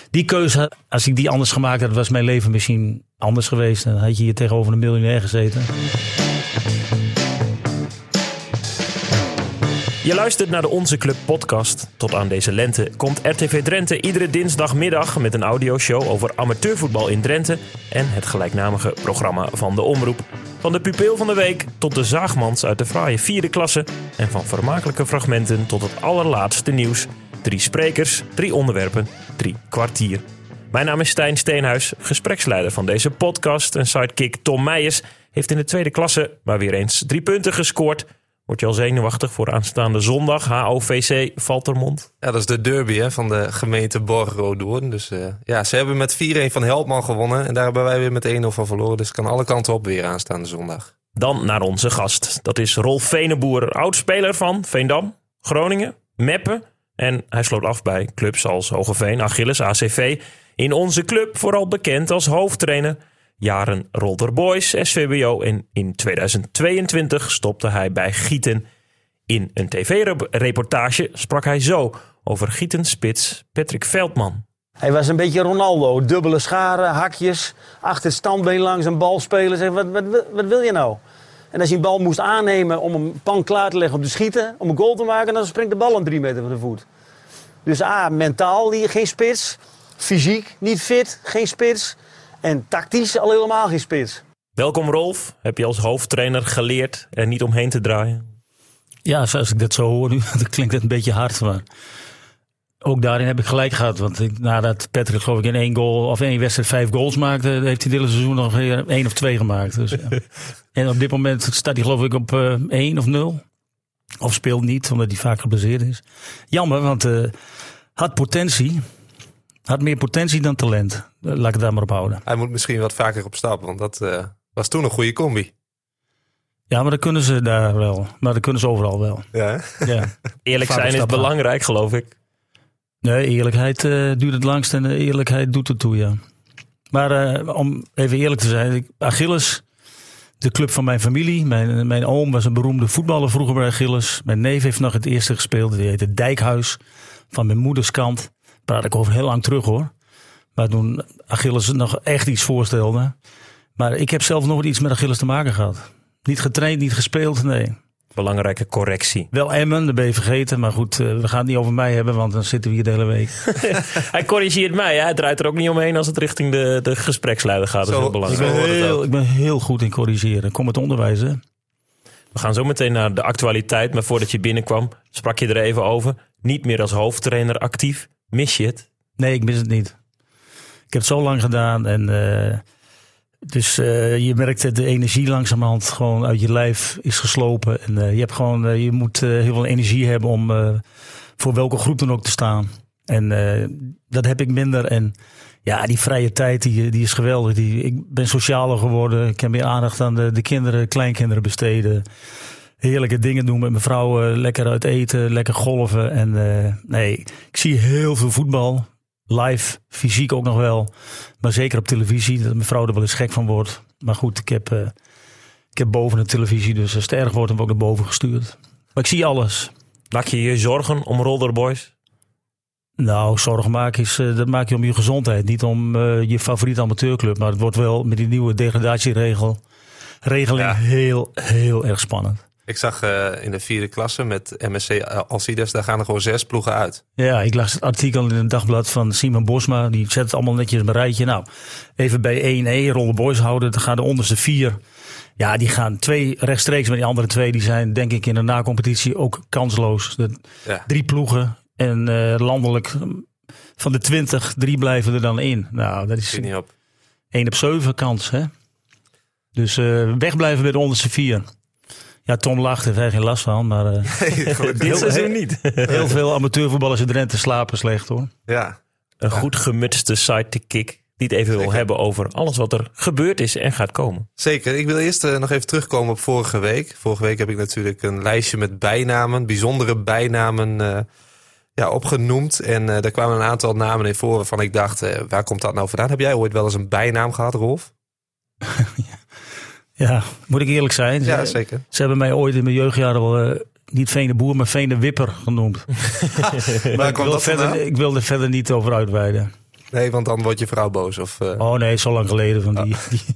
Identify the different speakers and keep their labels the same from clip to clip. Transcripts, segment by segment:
Speaker 1: die keuze, als ik die anders gemaakt had, was mijn leven misschien anders geweest. Dan had je hier tegenover een miljonair gezeten.
Speaker 2: Je luistert naar de Onze Club podcast. Tot aan deze lente komt RTV Drenthe iedere dinsdagmiddag met een audioshow over amateurvoetbal in Drenthe en het gelijknamige programma van de Omroep. Van de pupil van de week tot de zaagmans uit de fraaie 4e klasse en van vermakelijke fragmenten tot het allerlaatste nieuws. 3 sprekers, 3 onderwerpen, 3 kwartier. Mijn naam is Stijn Steenhuis, gespreksleider van deze podcast en sidekick Tom Meijers heeft in de 2e klasse maar weer eens 3 punten gescoord. Word je al zenuwachtig voor aanstaande zondag, HOVC Valtermond?
Speaker 3: Ja, dat is de derby van de gemeente Borgeroodoorn. Dus ze hebben met 4-1 van Helpman gewonnen. En daar hebben wij weer met 1-0 van verloren. Dus het kan alle kanten op weer aanstaande zondag.
Speaker 2: Dan naar onze gast. Dat is Rolf Veneboer, oudspeler van Veendam, Groningen, Meppen. En hij sloot af bij clubs als Hoogeveen, Achilles, ACV. In onze club vooral bekend als hoofdtrainer. Jaren Rolder Boys, SVBO en in 2022 stopte hij bij Gieten. In een tv-reportage sprak hij zo over Gieten-spits Patrick Veldman.
Speaker 1: Hij was een beetje Ronaldo, dubbele scharen, hakjes, achter het standbeen langs een bal spelen. Zeg, wat wil je nou? En als hij een bal moest aannemen om een pan klaar te leggen om te schieten, om een goal te maken, dan springt de bal aan 3 meter van de voet. Dus mentaal geen spits, fysiek niet fit, geen spits. En tactisch al helemaal geen spits.
Speaker 2: Welkom Rolf. Heb je als hoofdtrainer geleerd er niet omheen te draaien?
Speaker 1: Ja, zoals ik dat zo hoor nu, dat klinkt het een beetje hard. Maar ook daarin heb ik gelijk gehad. Want nadat Patrick geloof ik in 1 goal of 1 wedstrijd 5 goals maakte, heeft hij het hele seizoen nog weer 1 of 2 gemaakt. Dus, ja. En op dit moment staat hij geloof ik op 1 of 0. Of speelt niet, omdat hij vaak geblesseerd is. Jammer, want had potentie. Had meer potentie dan talent. Laat ik het daar maar op houden.
Speaker 3: Hij moet misschien wat vaker op stap, want dat was toen een goede combi.
Speaker 1: Ja, maar dat kunnen ze daar wel. Maar dat kunnen ze overal wel.
Speaker 3: Ja,
Speaker 2: ja. Eerlijk zijn is belangrijk, geloof ik.
Speaker 1: Nee, eerlijkheid duurt het langst en eerlijkheid doet het toe, ja. Maar om even eerlijk te zijn, Achilles, de club van mijn familie. Mijn oom was een beroemde voetballer vroeger bij Achilles. Mijn neef heeft nog het eerste gespeeld. Die heette Dijkhuis, van mijn moeders kant. Praat ik over heel lang terug hoor. Maar toen Achilles nog echt iets voorstelde. Maar ik heb zelf nog iets met Achilles te maken gehad. Niet getraind, niet gespeeld, nee.
Speaker 2: Belangrijke correctie.
Speaker 1: Wel Emmen, dat ben je vergeten. Maar goed, we gaan het niet over mij hebben, want dan zitten we hier de hele week.
Speaker 2: Hij corrigeert mij, hè? Hij draait er ook niet omheen als het richting de gespreksleider gaat. Dat is heel belangrijk.
Speaker 1: Ik ben heel goed in corrigeren. Kom het onderwijs, hè?
Speaker 2: We gaan zo meteen naar de actualiteit. Maar voordat je binnenkwam, sprak je er even over. Niet meer als hoofdtrainer actief. Mis je het?
Speaker 1: Nee, ik mis het niet. Ik heb het zo lang gedaan. En dus je merkt dat de energie langzamerhand gewoon uit je lijf is geslopen. En je moet heel veel energie hebben om voor welke groep dan ook te staan. En dat heb ik minder. En ja, die vrije tijd die is geweldig. Ik ben socialer geworden. Ik heb meer aandacht aan de kinderen, kleinkinderen besteden. Heerlijke dingen doen met mijn vrouw. Lekker uit eten, lekker golven. En ik zie heel veel voetbal. Live, fysiek ook nog wel. Maar zeker op televisie, dat mijn vrouw er wel eens gek van wordt. Maar goed, ik heb boven de televisie. Dus als het erg wordt, dan word ik naar boven gestuurd. Maar ik zie alles.
Speaker 2: Maak je je zorgen om Rolder Boys?
Speaker 1: Nou, zorgen maken dat maak je om je gezondheid. Niet om je favoriete amateurclub. Maar het wordt wel met die nieuwe degradatieregeling heel, heel erg spannend.
Speaker 3: Ik zag in de 4e klasse met MSC Alcides, daar gaan er gewoon 6 ploegen uit.
Speaker 1: Ja, ik las het artikel in het dagblad van Simon Bosma. Die zet het allemaal netjes op een rijtje. Nou, even bij 1E, Rolder Boys houden. Dan gaan de onderste 4. Ja, die gaan 2 rechtstreeks. Maar die andere 2 die zijn denk ik in de nacompetitie ook kansloos. 3 ploegen en landelijk van de 20, 3 blijven er dan in. Nou, dat is 1 op 7 kans, hè. Dus wegblijven bij de onderste 4. Ja, Tom lacht, heeft hij geen last van. Maar
Speaker 2: dit seizoen niet.
Speaker 1: Heel veel amateurvoetballers in Drenthe slapen slecht hoor.
Speaker 3: Ja.
Speaker 2: Een goed gemutste sidekick die het even wil hebben over alles wat er gebeurd is en gaat komen.
Speaker 3: Zeker. Ik wil eerst nog even terugkomen op vorige week. Vorige week heb ik natuurlijk een lijstje met bijnamen, bijzondere bijnamen opgenoemd. En daar kwamen een aantal namen in voor waarvan ik dacht, waar komt dat nou vandaan? Heb jij ooit wel eens een bijnaam gehad, Rolf? Ja,
Speaker 1: moet ik eerlijk zijn.
Speaker 3: Ja, zeker.
Speaker 1: Ze hebben mij ooit in mijn jeugdjaren wel niet Veneboer, maar Venewipper genoemd.
Speaker 3: Maar ik
Speaker 1: wil er verder niet over uitweiden.
Speaker 3: Nee, want dan wordt je vrouw boos. Of,
Speaker 1: Oh nee, zo lang geleden. Van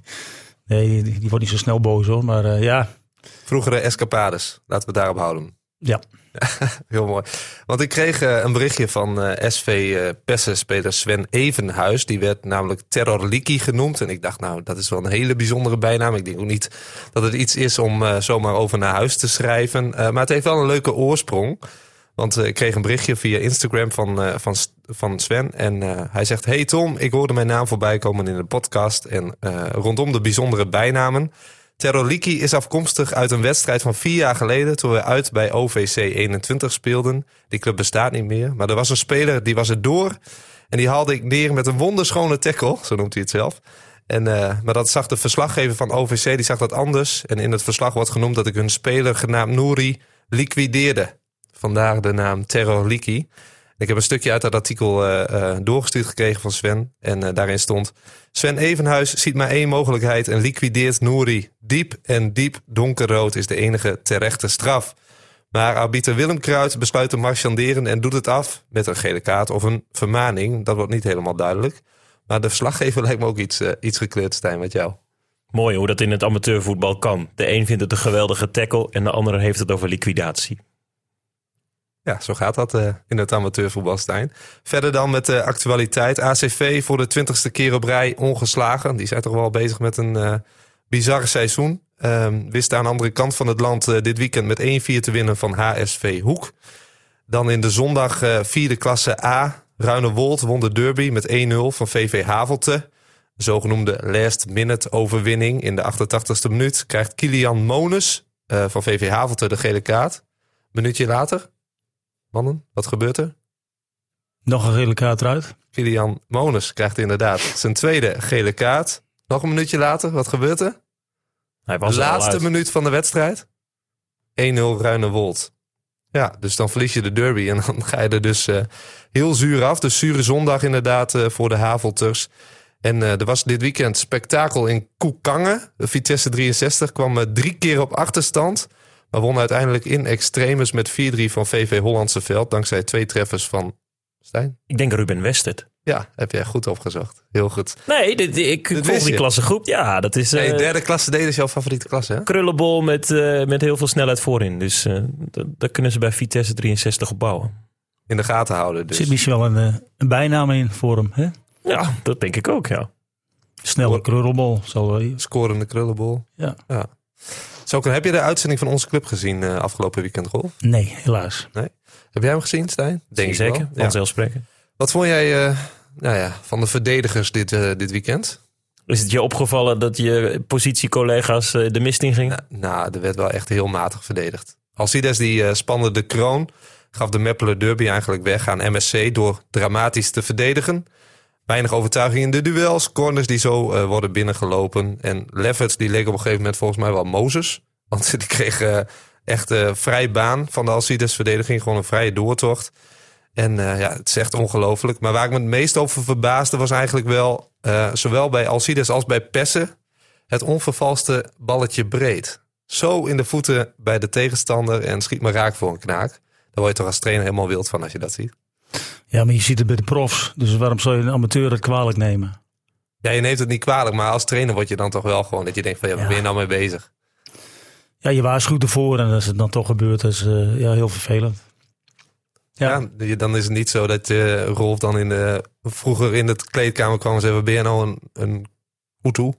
Speaker 1: die wordt niet zo snel boos hoor. Maar ja.
Speaker 3: Vroegere escapades. Laten we het daarop houden.
Speaker 1: Ja.
Speaker 3: Heel mooi. Want ik kreeg een berichtje van SV Pessen-speler Sven Evenhuis. Die werd namelijk Terror Liki genoemd. En ik dacht, nou, dat is wel een hele bijzondere bijnaam. Ik denk ook niet dat het iets is om zomaar over naar huis te schrijven. Maar het heeft wel een leuke oorsprong. Want ik kreeg een berichtje via Instagram van Sven. En hij zegt, hey Tom, ik hoorde mijn naam voorbij komen in de podcast. En rondom de bijzondere bijnamen. Terror Liki is afkomstig uit een wedstrijd van 4 jaar geleden... toen we uit bij OVC 21 speelden. Die club bestaat niet meer. Maar er was een speler, die was er door. En die haalde ik neer met een wonderschone tackle. Zo noemt hij het zelf. Maar dat zag de verslaggever van OVC, die zag dat anders. En in het verslag wordt genoemd dat ik hun speler genaamd Nouri liquideerde. Vandaar de naam Terror Liki. Ik heb een stukje uit dat artikel doorgestuurd gekregen van Sven. En daarin stond... Sven Evenhuis ziet maar 1 mogelijkheid en liquideert Nouri. Diep donkerrood is de enige terechte straf. Maar arbiter Willem Kruid besluit te marchanderen en doet het af met een gele kaart of een vermaning. Dat wordt niet helemaal duidelijk. Maar de verslaggever lijkt me ook iets gekleurd, Stijn, met jou.
Speaker 2: Mooi hoe dat in het amateurvoetbal kan. De een vindt het een geweldige tackle en de andere heeft het over liquidatie.
Speaker 3: Ja, zo gaat dat in het amateurvoetbal, Stijn. Verder dan met de actualiteit. ACV voor de 20ste keer op rij ongeslagen. Die zijn toch wel bezig met een bizar seizoen. Wist aan de andere kant van het land dit weekend met 1-4 te winnen van HSV Hoek. Dan in de zondag 4e klasse A. Ruinewold won de derby met 1-0 van VV Havelte. De zogenoemde last minute overwinning in de 88ste minuut. Krijgt Kilian Mones van VV Havelte de gele kaart. Minuutje later... Mannen, wat gebeurt er?
Speaker 1: Nog een gele kaart eruit.
Speaker 3: Kilian Mones krijgt inderdaad zijn tweede gele kaart. Nog een minuutje later, wat gebeurt er?
Speaker 2: Hij was
Speaker 3: de laatste minuut van de wedstrijd. 1-0 Ruinewold. Ja, dus dan verlies je de derby en dan ga je er dus heel zuur af. Dus zure zondag inderdaad voor de Havelters. En er was dit weekend spektakel in Koekangen. De Vitesse 63 kwam 3 keer op achterstand... Maar won uiteindelijk in extremis met 4-3 van VV Hollandse Veld. Dankzij 2 treffers van Stijn.
Speaker 2: Ik denk Ruben Westert.
Speaker 3: Ja, heb jij goed opgezocht. Heel goed.
Speaker 2: Nee, ik volg die klassegroep. Ja, dat is...
Speaker 3: Derde klasse D is jouw favoriete klasse, hè?
Speaker 2: Krullenbol met heel veel snelheid voorin. Dus daar kunnen ze bij Vitesse 63 op bouwen.
Speaker 3: In de gaten houden dus.
Speaker 1: Er zit misschien wel een bijnaam in voor hem, hè?
Speaker 2: Ja, dat denk ik ook, ja.
Speaker 1: Snelle krullenbol.
Speaker 3: Scorende krullenbol.
Speaker 1: Ja.
Speaker 3: Heb je de uitzending van onze club gezien afgelopen weekend, Rolf?
Speaker 1: Nee, helaas.
Speaker 3: Nee? Heb jij hem gezien, Stijn?
Speaker 2: Denk ik zeker, vanzelfsprekend.
Speaker 3: Wat vond jij van de verdedigers dit weekend?
Speaker 2: Is het je opgevallen dat je positiecollega's de mist in gingen?
Speaker 3: Nou, er werd wel echt heel matig verdedigd. Alcides die spande de kroon, gaf de Meppeler derby eigenlijk weg aan MSC door dramatisch te verdedigen. Weinig overtuiging in de duels. Corners die zo worden binnengelopen. En Lefferts die leek op een gegeven moment volgens mij wel Mozes. Want die kreeg echt vrij baan van de Alcides verdediging. Gewoon een vrije doortocht. En het is echt ongelooflijk. Maar waar ik me het meest over verbaasde was eigenlijk wel... zowel bij Alcides als bij Pessen... het onvervalste balletje breed. Zo in de voeten bij de tegenstander en schiet me raak voor een knaak. Daar word je toch als trainer helemaal wild van als je dat ziet.
Speaker 1: Ja, maar je ziet het bij de profs. Dus waarom zou je een amateur het kwalijk nemen?
Speaker 3: Ja, je neemt het niet kwalijk, maar als trainer word je dan toch wel gewoon... dat je denkt van, waar ben je nou mee bezig?
Speaker 1: Ja, je waarschuwt ervoor en als het dan toch gebeurt, is heel vervelend.
Speaker 3: Ja, dan is het niet zo dat Rolf dan vroeger in de kleedkamer kwam en zei... ben je nou een Hutu?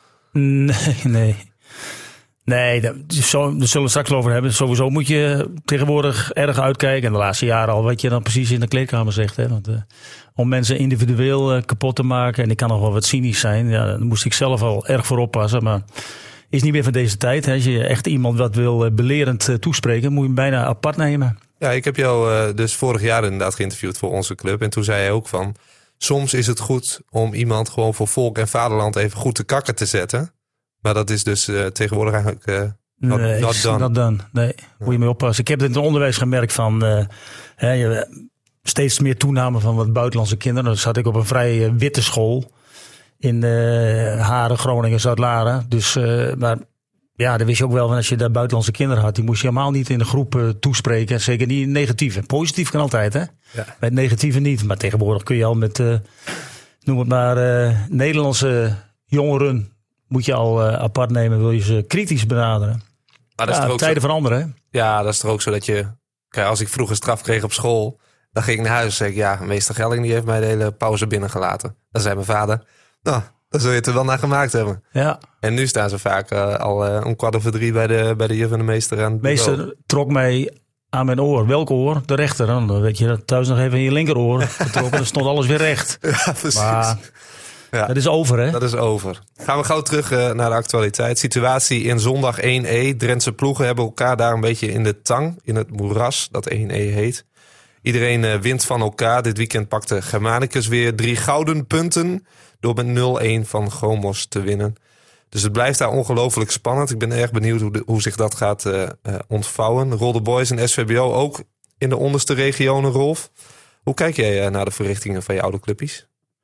Speaker 1: Nee, daar zullen we straks over hebben. Sowieso moet je tegenwoordig erg uitkijken. En de laatste jaren al wat je dan precies in de kleedkamer zegt. Hè? Want, om mensen individueel kapot te maken. En ik kan nog wel wat cynisch zijn. Ja, daar moest ik zelf al erg voor oppassen. Maar is niet meer van deze tijd. Hè? Als je echt iemand wat wil belerend toespreken, moet je hem bijna apart nemen.
Speaker 3: Ja, ik heb jou dus vorig jaar inderdaad geïnterviewd voor onze club. En toen zei hij ook van... soms is het goed om iemand gewoon voor volk en vaderland even goed te kakken te zetten... Maar dat is dus tegenwoordig eigenlijk not done.
Speaker 1: Nee, moet je mee oppassen. Ik heb het in het onderwijs gemerkt van steeds meer toename van wat buitenlandse kinderen. Dan zat ik op een vrij witte school in Haren, Groningen, Zuid-Laren. Dus, maar ja, dan wist je ook wel van als je daar buitenlandse kinderen had, die moest je helemaal niet in de groep toespreken. Zeker niet negatief. Positief kan altijd, hè? Ja. Met negatieve niet. Maar tegenwoordig kun je al met noem het maar, Nederlandse jongeren moet je al apart nemen. Wil je ze kritisch benaderen.
Speaker 3: Maar dat is toch ook
Speaker 1: tijden veranderen, hè?
Speaker 3: Ja, dat is toch ook zo dat je... Kijk, als ik vroeger straf kreeg op school, dan ging ik naar huis en zei ik... Ja, meester Gelling die heeft mij de hele pauze binnengelaten. Dan zei mijn vader, nou, dan zul je het er wel naar gemaakt hebben.
Speaker 1: Ja.
Speaker 3: En nu staan ze vaak al om 2:15 bij de juf en de meester aan het bureau.
Speaker 1: Meester trok mij aan mijn oor. Welk oor? De rechter. Dan weet je thuis nog even in je linkeroor getrokken. Dan stond alles weer recht.
Speaker 3: Ja, precies.
Speaker 1: Maar
Speaker 3: ja,
Speaker 1: dat is over, hè?
Speaker 3: Dat is over. Gaan we gauw terug naar de actualiteit. Situatie in zondag 1-1. Drentse ploegen hebben elkaar daar een beetje in de tang. In het moeras dat 1-1 heet. Iedereen wint van elkaar. Dit weekend pakte Germanicus weer 3 gouden punten. Door met 0-1 van Gromos te winnen. Dus het blijft daar ongelooflijk spannend. Ik ben erg benieuwd hoe zich dat gaat ontvouwen. Rolde Boys en SVBO ook in de onderste regionen, Rolf. Hoe kijk jij naar de verrichtingen van je oude clubjes?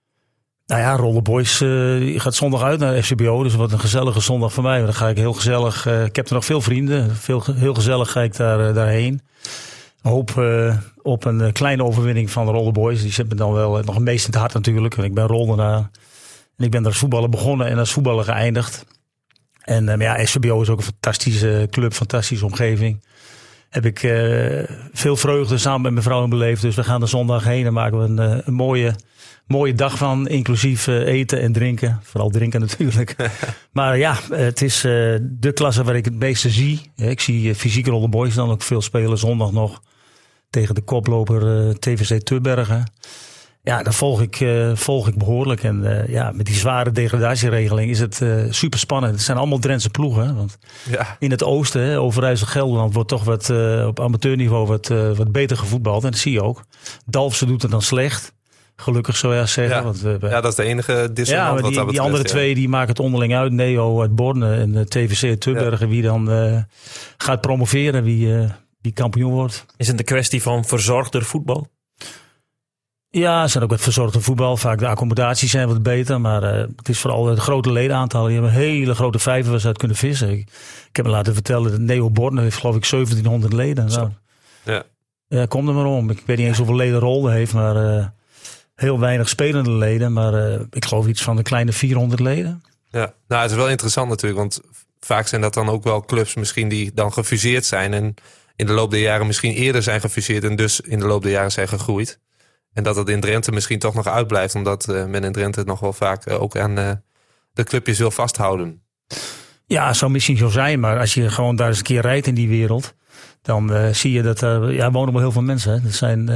Speaker 1: Nou ja, Rolde Boys gaat zondag uit naar FCBO. Dus wat een gezellige zondag voor mij. Dan ga ik heel gezellig. Ik heb er nog veel vrienden. Heel gezellig ga ik daarheen. Hoop op een kleine overwinning van de Rolde Boys. Die zit me dan wel nog een meest in het hart natuurlijk. Want ik ben Roldenaar. En ik ben als voetballer begonnen en als voetballer geëindigd. En maar ja, SVBO is ook een fantastische club, fantastische omgeving. Heb ik veel vreugde samen met mijn vrouw beleefd. Dus we gaan er zondag heen en maken we een mooie dag van. Inclusief eten en drinken. Vooral drinken natuurlijk. Maar ja, het is de klasse waar ik het meeste zie. Ik zie fysieke Rolde Boys dan ook veel spelen. Zondag nog tegen de koploper TVC Tubbergen. Ja, daar volg ik behoorlijk. En ja, met die zware degradatieregeling is het super spannend. Het zijn allemaal Drentse ploegen. Want in het oosten, Overijssel-Gelderland, wordt toch wat op amateurniveau wat beter gevoetbald. En dat zie je ook. Dalfsen doet het dan slecht. Gelukkig zou je zeggen.
Speaker 3: Ja,
Speaker 1: want
Speaker 3: dat is de enige dissonant wat dat betreft.
Speaker 1: Die andere twee die maken het onderling uit. Neo uit Borne en TVC uit Tubbergen. Wie dan gaat promoveren, wie kampioen wordt.
Speaker 2: Is het een kwestie van verzorgder voetbal?
Speaker 1: Ja, er zijn ook wat verzorgde voetbal. Vaak de accommodaties zijn wat beter. Maar het is vooral het grote ledenaantal. Je hebt een hele grote vijver waar ze uit kunnen vissen. Ik heb me laten vertellen dat Neo Borne heeft geloof ik 1700 leden. Nou, ja, kom er maar om. Ik weet niet eens hoeveel leden Rolde heeft. Maar heel weinig spelende leden. Maar ik geloof iets van een kleine 400 leden.
Speaker 3: Ja, nou het is wel interessant natuurlijk. Want vaak zijn dat dan ook wel clubs misschien die dan gefuseerd zijn. En in de loop der jaren misschien eerder zijn gefuseerd. En dus in de loop der jaren zijn gegroeid. En dat het in Drenthe misschien toch nog uitblijft. Omdat men in Drenthe nog wel vaak ook aan de clubjes wil vasthouden.
Speaker 1: Ja, zou misschien zo zijn. Maar als je gewoon daar eens een keer rijdt in die wereld. Dan zie je dat er wonen wel heel veel mensen. Hè. Dat zijn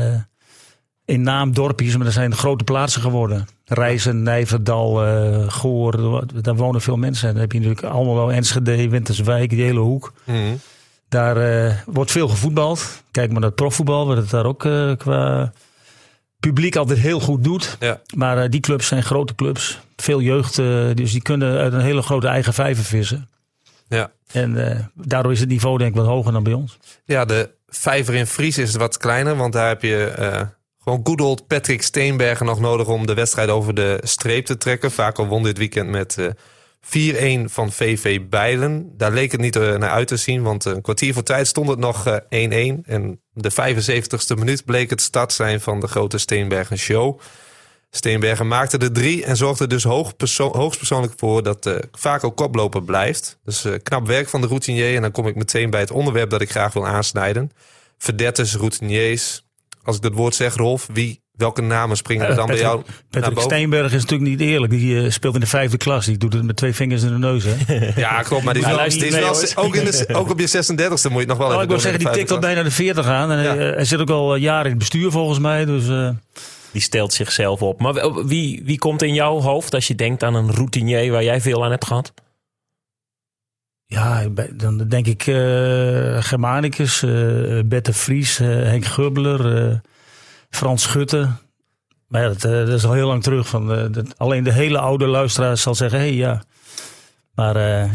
Speaker 1: in naam dorpjes, maar dat zijn grote plaatsen geworden. Rijssen, Nijverdal, Goor. Daar wonen veel mensen. En dan heb je natuurlijk allemaal wel Enschede, Winterswijk, die hele hoek. Mm-hmm. Daar wordt veel gevoetbald. Kijk maar naar het profvoetbal. Wat het daar ook qua publiek altijd heel goed doet. Ja. Maar die clubs zijn grote clubs. Veel jeugd. Dus die kunnen uit een hele grote eigen vijver vissen. Ja. En daardoor is het niveau denk ik wat hoger dan bij ons.
Speaker 3: Ja, de vijver in Fries is wat kleiner. Want daar heb je gewoon good old Patrick Steenbergen nog nodig om de wedstrijd over de streep te trekken. Vaak al won dit weekend met 4-1 van VV Bijlen. Daar leek het niet naar uit te zien, want een kwartier voor tijd stond het nog 1-1. En de 75ste minuut bleek het start zijn van de grote Steenbergen show. Steenbergen maakte de 3 en zorgde dus hoogstpersoonlijk voor dat Vaco koploper blijft. Dus knap werk van de routinier. En dan kom ik meteen bij het onderwerp dat ik graag wil aansnijden. Verdetters, routiniers. Als ik dat woord zeg, Rolf, welke namen springen er dan bij jou naar boven?
Speaker 1: Steenberg is natuurlijk niet eerlijk. Die speelt in de 5e klas. Die doet het met 2 vingers in de neus. Hè?
Speaker 3: Ja, klopt. Maar die is wel ook op je 36e moet je het nog wel even
Speaker 1: ik wil zeggen, die tikt al bijna de 40 aan. En hij zit ook al jaren in het bestuur volgens mij. Dus,
Speaker 2: die stelt zichzelf op. Maar wie komt in jouw hoofd als je denkt aan een routinier waar jij veel aan hebt gehad?
Speaker 1: Ja, dan denk ik Germanicus, Bert de Vries, Henk Gubbeler, Frans Schutte. Maar ja, dat is al heel lang terug. Alleen de hele oude luisteraars zal zeggen, hey, ja. Maar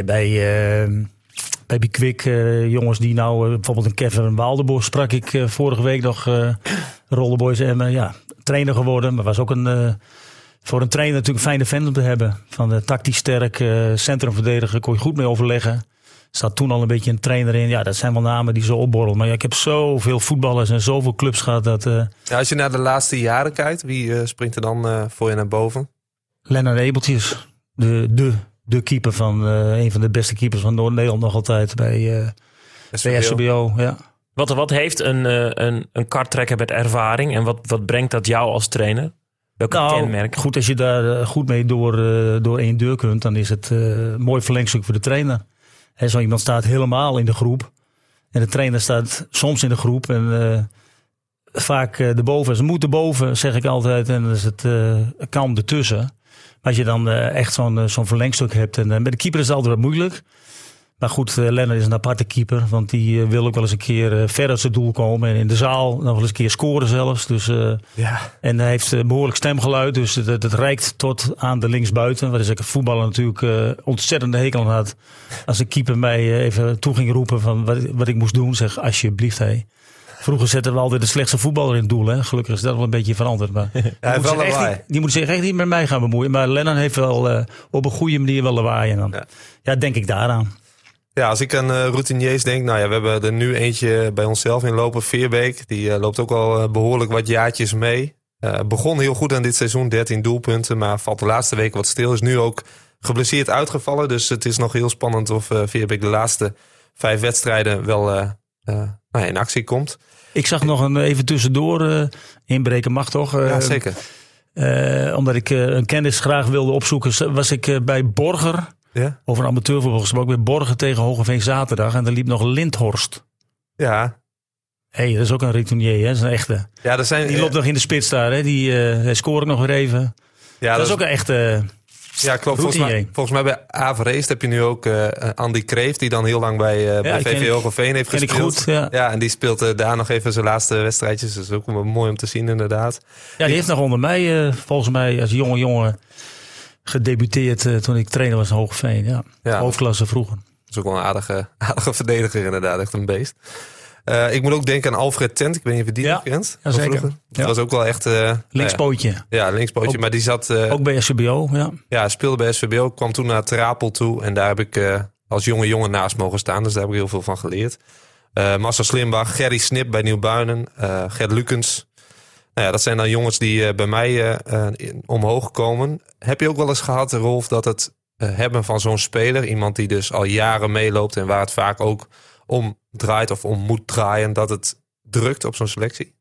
Speaker 1: bij Bikwik, jongens die nou, bijvoorbeeld een Kevin Waaldenbos sprak ik vorige week nog, Rolde Boys en trainer geworden. Maar was ook voor een trainer natuurlijk een fijne vent om te hebben. Van tactisch sterk, centrumverdediger, kon je goed mee overleggen. Staat toen al een beetje een trainer in. Ja, dat zijn wel namen die zo opborrelen. Maar ja, ik heb zoveel voetballers en zoveel clubs gehad. Dat,
Speaker 3: Ja, als je naar de laatste jaren kijkt, wie springt er dan voor je naar boven?
Speaker 1: Lennart Ebeltjes, de keeper van een van de beste keepers van Noord-Nederland nog altijd bij SVBO. Ja.
Speaker 2: Wat heeft een karttrekker met ervaring en wat brengt dat jou als trainer? Welke kenmerken?
Speaker 1: Goed, als je daar goed mee door één deur kunt, dan is het een mooi verlengstuk voor de trainer. Zo iemand staat helemaal in de groep. En de trainer staat soms in de groep. En vaak erboven. Ze moeten boven, zeg ik altijd. En dan is het kalm ertussen. Maar als je dan echt zo'n verlengstuk hebt. En met de keeper is het altijd wat moeilijk. Maar goed, Lennart is een aparte keeper. Want die wil ook wel eens een keer ver uit zijn doel komen. En in de zaal nog wel eens een keer scoren zelfs. Dus, En hij heeft behoorlijk stemgeluid. Dus dat reikt tot aan de linksbuiten. Waar ik voetballer natuurlijk ontzettende hekel aan had. Als de keeper mij even toe ging roepen van wat ik moest doen. Zeg alsjeblieft. Hey. Vroeger zetten we altijd de slechtste voetballer in het doel. Hè? Gelukkig is dat wel een beetje veranderd. Maar die moet zich echt niet met mij gaan bemoeien. Maar Lennart heeft wel op een goede manier wel lawaai. En dan ja, denk ik daaraan.
Speaker 3: Ja, als ik aan routiniers denk, nou ja, we hebben er nu eentje bij onszelf in lopen, Veerbeek. Die loopt ook al behoorlijk wat jaartjes mee. Begon heel goed aan dit seizoen, 13 doelpunten, maar valt de laatste weken wat stil. Is nu ook geblesseerd uitgevallen, dus het is nog heel spannend of Veerbeek de laatste 5 wedstrijden wel in actie komt.
Speaker 1: Ik zag nog even tussendoor inbreken, mag toch?
Speaker 3: Ja, zeker.
Speaker 1: Omdat ik een kennis graag wilde opzoeken, was ik bij Borger.
Speaker 3: Ja?
Speaker 1: Over amateurvoetbal gesproken. Bij Borgen tegen Hogeveen zaterdag. En er liep nog Lindhorst.
Speaker 3: Ja.
Speaker 1: Dat is ook een retournier, hè? Dat is een echte.
Speaker 3: Ja,
Speaker 1: die loopt nog in de spits daar. Hè? Die scoort nog weer even. Ja, dat is ook een echte.
Speaker 3: Ja, klopt. Volgens mij bij Averreest heb je nu ook Andy Kreeft. Die dan heel lang bij VV Hogeveen heeft gespeeld.
Speaker 1: Goed, ja,
Speaker 3: en die speelt daar nog even zijn laatste wedstrijdjes. Dat is ook wel mooi om te zien inderdaad.
Speaker 1: Ja, die heeft nog onder mij, volgens mij als jonge gedebuteerd toen ik trainer was in Hogeveen. Ja. Hoofdklasse vroeger.
Speaker 3: Dat is ook wel een aardige verdediger inderdaad. Echt een beest. Ik moet ook denken aan Alfred Tent. Ik weet niet of je die nog kent.
Speaker 1: Ja, zeker.
Speaker 3: Dat was ook wel echt...
Speaker 1: linkspootje.
Speaker 3: Ja, linkspootje. Maar die zat...
Speaker 1: ook bij SVBO, ja.
Speaker 3: Ja, hij speelde bij SVBO. Kwam toen naar Trapel toe. En daar heb ik als jongen naast mogen staan. Dus daar heb ik heel veel van geleerd. Massa Slimbach, Gerry Snip bij Nieuw-Buinen. Gert Lukens. Nou ja, dat zijn dan jongens die bij mij omhoog komen. Heb je ook wel eens gehad, Rolf, dat het hebben van zo'n speler... iemand die dus al jaren meeloopt en waar het vaak ook om draait of om moet draaien... dat het drukt op zo'n selectie?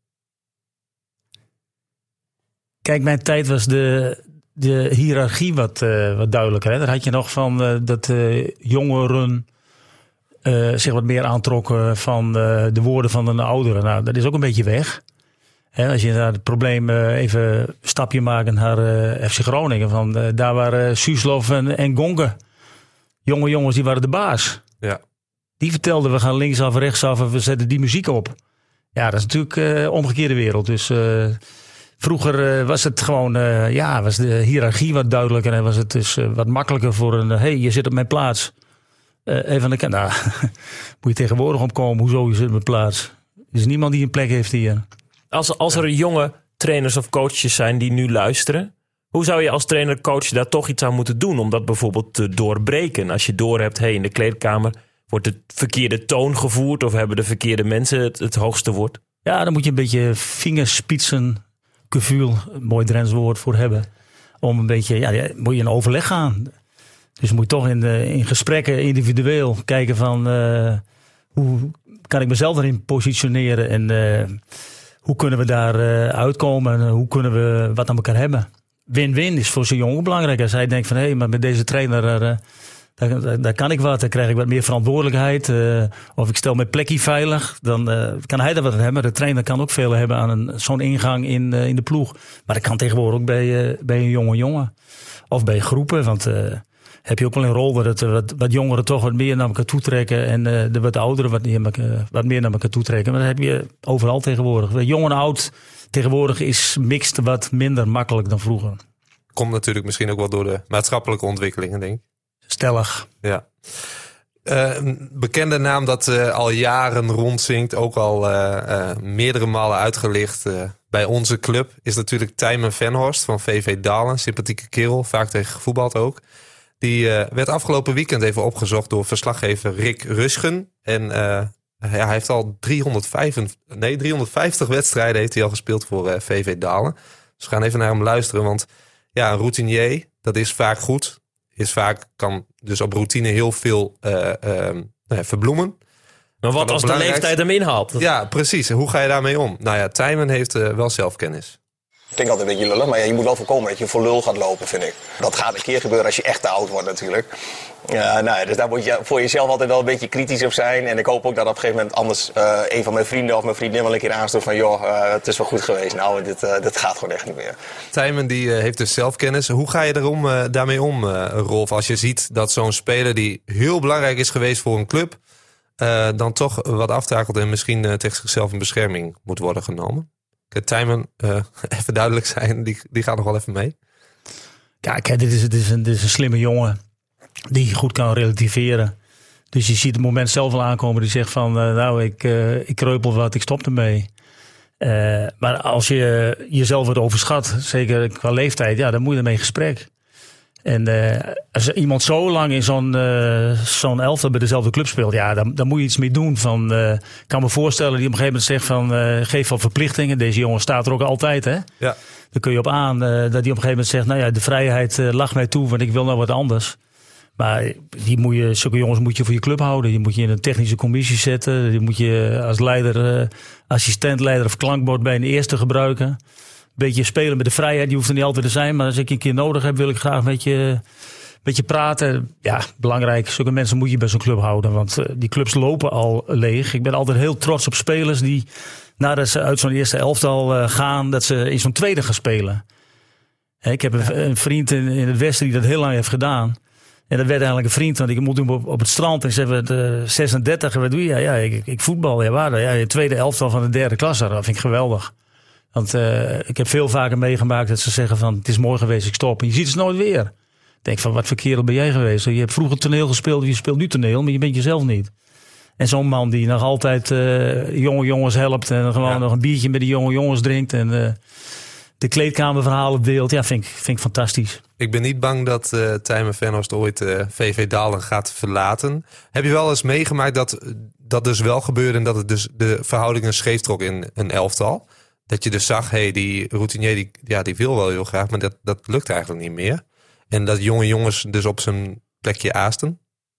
Speaker 1: Kijk, mijn tijd was de hiërarchie wat duidelijker. Hè? Daar had je nog van dat jongeren zich wat meer aantrokken... van de woorden van een oudere. Nou, dat is ook een beetje weg... als je naar het probleem even een stapje maakt naar FC Groningen. Daar waren Suslov en Gonke. Jonge jongens, die waren de baas.
Speaker 3: Ja.
Speaker 1: Die vertelden, we gaan linksaf, rechtsaf en we zetten die muziek op. Ja, dat is natuurlijk omgekeerde wereld. Dus vroeger was het gewoon, was de hiërarchie wat duidelijker. En was het dus wat makkelijker voor een, je zit op mijn plaats. Even aan de kant. Nou, moet je tegenwoordig opkomen, hoezo je zit op mijn plaats? Er is niemand die een plek heeft hier.
Speaker 2: Als er jonge trainers of coaches zijn die nu luisteren... hoe zou je als trainer-coach daar toch iets aan moeten doen... om dat bijvoorbeeld te doorbreken? Als je doorhebt, in de kleedkamer wordt de verkeerde toon gevoerd... of hebben de verkeerde mensen het hoogste woord?
Speaker 1: Ja, dan moet je een beetje vingerspitsengevoel, een mooi Drents woord voor hebben... om een beetje, moet je in overleg gaan. Dus moet je toch in gesprekken individueel kijken van... hoe kan ik mezelf erin positioneren en... hoe kunnen we daar uitkomen en hoe kunnen we wat aan elkaar hebben? Win-win is voor zo'n jongen belangrijk. Als hij denkt van, maar met deze trainer, daar kan ik wat. Dan krijg ik wat meer verantwoordelijkheid. Of ik stel mijn plekje veilig. Dan kan hij er wat aan hebben. De trainer kan ook veel hebben aan zo'n ingang in de ploeg. Maar dat kan tegenwoordig ook bij een jonge jongen. Of bij groepen, want... heb je ook wel een rol dat wat jongeren toch wat meer naar elkaar toe trekken. En de wat ouderen wat meer naar elkaar toe trekken. Maar dat heb je overal tegenwoordig. Jong en oud tegenwoordig is mixed wat minder makkelijk dan vroeger.
Speaker 3: Komt natuurlijk misschien ook wel door de maatschappelijke ontwikkelingen, denk ik.
Speaker 1: Stellig.
Speaker 3: Ja. Een bekende naam dat al jaren rondzinkt. Ook al meerdere malen uitgelicht bij onze club. Is natuurlijk Tijmen Venhorst van VV Dalen. Sympathieke kerel. Vaak tegen gevoetbald ook. Die werd afgelopen weekend even opgezocht door verslaggever Rick Rusgen. En hij heeft al 350 wedstrijden heeft hij al gespeeld voor VV Dalen. Dus we gaan even naar hem luisteren. Want ja, een routinier, dat is vaak goed. Kan dus op routine heel veel verbloemen.
Speaker 2: Maar wat als de leeftijd hem inhaalt?
Speaker 3: Ja, precies. Hoe ga je daarmee om? Nou ja, Tijmen heeft wel zelfkennis.
Speaker 4: Ik denk altijd een beetje lullig, maar ja, je moet wel voorkomen dat je voor lul gaat lopen, vind ik. Dat gaat een keer gebeuren als je echt te oud wordt natuurlijk. Dus daar moet je voor jezelf altijd wel een beetje kritisch op zijn. En ik hoop ook dat op een gegeven moment anders een van mijn vrienden of mijn vriendin wel een keer aanstoot van... het is wel goed geweest. Nou, dit gaat gewoon echt niet meer.
Speaker 3: Tijmen die heeft dus zelfkennis. Hoe ga je daarmee om, Rolf? Als je ziet dat zo'n speler die heel belangrijk is geweest voor een club... dan toch wat aftakelt en misschien tegen zichzelf in bescherming moet worden genomen. Tijmen, even duidelijk zijn, die gaat nog wel even mee.
Speaker 1: Ja, kijk, dit is een slimme jongen die goed kan relativeren. Dus je ziet het moment zelf al aankomen die zegt van... ik kreupel wat, ik stop ermee. Maar als je jezelf wordt overschat, zeker qua leeftijd... ja, dan moet je ermee in gesprek. En als iemand zo lang in zo'n elftal bij dezelfde club speelt... ja, dan moet je iets mee doen. Ik kan me voorstellen die op een gegeven moment zegt van... geef wat verplichtingen. Deze jongen staat er ook altijd, hè? Ja. Dan kun je op aan dat hij op een gegeven moment zegt... nou ja, de vrijheid lag mij toe, want ik wil nou wat anders. Maar zulke jongens moet je voor je club houden. Die moet je in een technische commissie zetten. Die moet je als leider, assistentleider of klankbord bij een eerste gebruiken... Beetje spelen met de vrijheid, die hoeft er niet altijd te zijn. Maar als ik een keer nodig heb, wil ik graag met je praten. Ja, belangrijk. Zulke mensen moet je bij zo'n club houden. Want die clubs lopen al leeg. Ik ben altijd heel trots op spelers die nadat ze uit zo'n eerste elftal gaan... dat ze in zo'n tweede gaan spelen. Ik heb een vriend in het Westen die dat heel lang heeft gedaan. En dat werd eigenlijk een vriend. Want ik moet hem op het strand en zei we 36. Wat doe je? Ja, ik voetbal. Ja, waar? Ja, de tweede elftal van de derde klasse. Dat vind ik geweldig. Want ik heb veel vaker meegemaakt dat ze zeggen van... het is mooi geweest, ik stop. En je ziet het nooit weer. Ik denk van, wat voor kerel ben jij geweest? Je hebt vroeger toneel gespeeld, je speelt nu toneel... maar je bent jezelf niet. En zo'n man die nog altijd jonge jongens helpt... en gewoon nog een biertje met die jonge jongens drinkt... en de kleedkamerverhalen deelt. Ja, vind ik fantastisch.
Speaker 3: Ik ben niet bang dat Tijmen Venhorst ooit VV Dalen gaat verlaten. Heb je wel eens meegemaakt dat dus wel gebeurde... en dat het dus de verhoudingen scheef trok in een elftal... Dat je dus zag, die routinier die wil wel heel graag, maar dat lukt eigenlijk niet meer. En dat jonge jongens dus op zijn plekje aasten.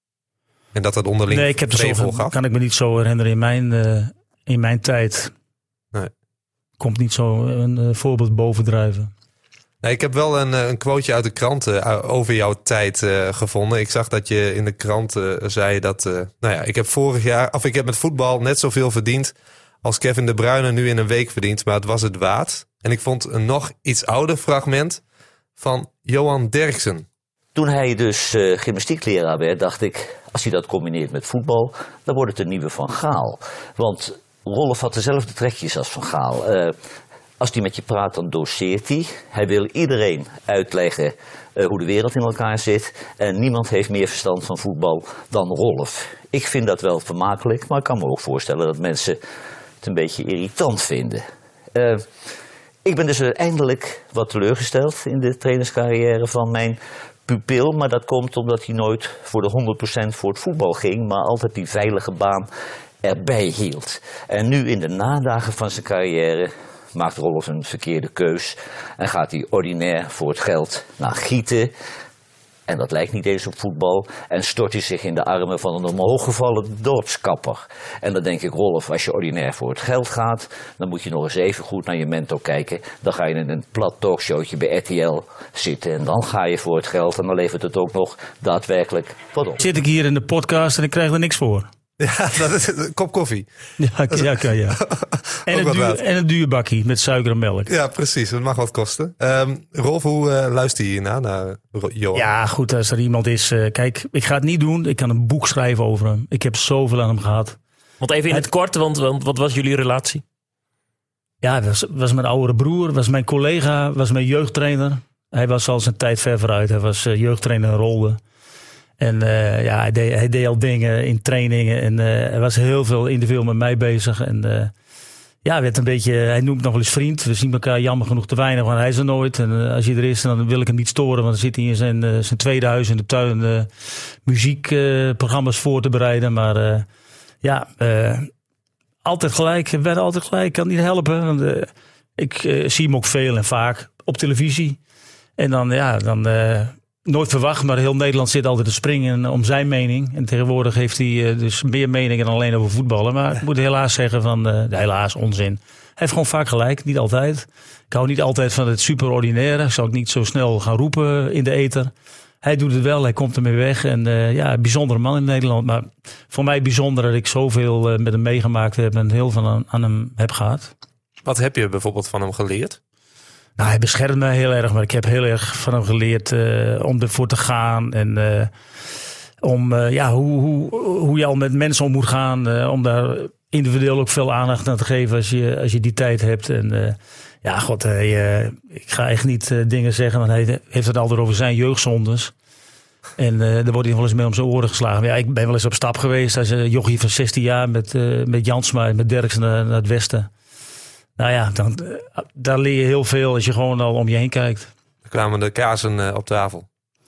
Speaker 3: En dat onderling
Speaker 1: nee, ik heb
Speaker 3: vrevel gaf.
Speaker 1: Kan ik me niet zo herinneren in mijn tijd.
Speaker 3: Nee.
Speaker 1: Komt niet zo een voorbeeld bovendrijven.
Speaker 3: Nee, ik heb wel een quoteje uit de krant over jouw tijd gevonden. Ik zag dat je in de krant zei dat... ik heb met voetbal net zoveel verdiend... als Kevin De Bruyne nu in een week verdient, maar het was het waard. En ik vond een nog iets ouder fragment van Johan Derksen.
Speaker 5: Toen hij dus gymnastiekleraar werd, dacht ik... als hij dat combineert met voetbal, dan wordt het een nieuwe Van Gaal. Want Rolf had dezelfde trekjes als Van Gaal. Als hij met je praat, dan doseert hij. Hij wil iedereen uitleggen hoe de wereld in elkaar zit. En niemand heeft meer verstand van voetbal dan Rolf. Ik vind dat wel vermakelijk, maar ik kan me ook voorstellen dat mensen... het een beetje irritant vinden. Ik ben dus eindelijk wat teleurgesteld in de trainerscarrière van mijn pupil. Maar dat komt omdat hij nooit voor de 100% voor het voetbal ging. Maar altijd die veilige baan erbij hield. En nu in de nadagen van zijn carrière maakt Rolf een verkeerde keus. En gaat hij ordinair voor het geld naar Gieten. En dat lijkt niet eens op voetbal. En stort hij zich in de armen van een omhooggevallen dorpskapper. En dan denk ik, Rolf, als je ordinair voor het geld gaat... dan moet je nog eens even goed naar je mentor kijken. Dan ga je in een plat talkshowtje bij RTL zitten. En dan ga je voor het geld. En dan levert het ook nog daadwerkelijk wat op.
Speaker 1: Zit ik hier in de podcast en ik krijg er niks voor.
Speaker 3: Ja, dat is een kop koffie.
Speaker 1: Ja. En een duur bakkie met suiker en melk.
Speaker 3: Ja, precies. Dat mag wat kosten. Rolf, hoe luister je hierna naar Johan?
Speaker 1: Ja, goed. Als er iemand is... kijk, ik ga het niet doen. Ik kan een boek schrijven over hem. Ik heb zoveel aan hem gehad.
Speaker 2: Want even in het kort, want wat was jullie relatie?
Speaker 1: Ja, was mijn oudere broer. Was mijn collega. Was mijn jeugdtrainer. Hij was al zijn tijd ver vooruit. Hij was jeugdtrainer in Rolde. En hij deed al dingen in trainingen. En hij was heel veel individueel met mij bezig. En Ja, werd een beetje, hij noemt nog wel eens vriend. We zien elkaar jammer genoeg te weinig, want hij is er nooit. En als hij er is, dan wil ik hem niet storen. Want dan zit hij in zijn tweede huis in de tuin muziekprogramma's voor te bereiden. Maar altijd gelijk. We werden altijd gelijk. Ik kan niet helpen. Want, ik zie hem ook veel en vaak op televisie. En dan nooit verwacht, maar heel Nederland zit altijd te springen om zijn mening. En tegenwoordig heeft hij dus meer meningen dan alleen over voetballen. Maar ik moet helaas zeggen van, helaas onzin. Hij heeft gewoon vaak gelijk, niet altijd. Ik hou niet altijd van het superordinaire. Ik zou ook niet zo snel gaan roepen in de ether. Hij doet het wel, hij komt ermee weg. En bijzondere man in Nederland. Maar voor mij bijzonder dat ik zoveel met hem meegemaakt heb en heel veel aan hem heb gehad.
Speaker 3: Wat heb je bijvoorbeeld van hem geleerd?
Speaker 1: Nou, hij beschermt me heel erg, maar ik heb heel erg van hem geleerd om ervoor te gaan. En hoe je al met mensen om moet gaan. Om daar individueel ook veel aandacht aan te geven als je die tijd hebt. En ik ga echt niet dingen zeggen, want hij heeft het altijd over zijn jeugdzondes. En daar wordt hij wel eens mee om zijn oren geslagen. Maar ja, ik ben wel eens op stap geweest als een jochie van 16 jaar met Jansma en met Derksen naar het westen. Nou ja, daar leer je heel veel als je gewoon al om je heen kijkt.
Speaker 3: Er kwamen de kaarsen op tafel.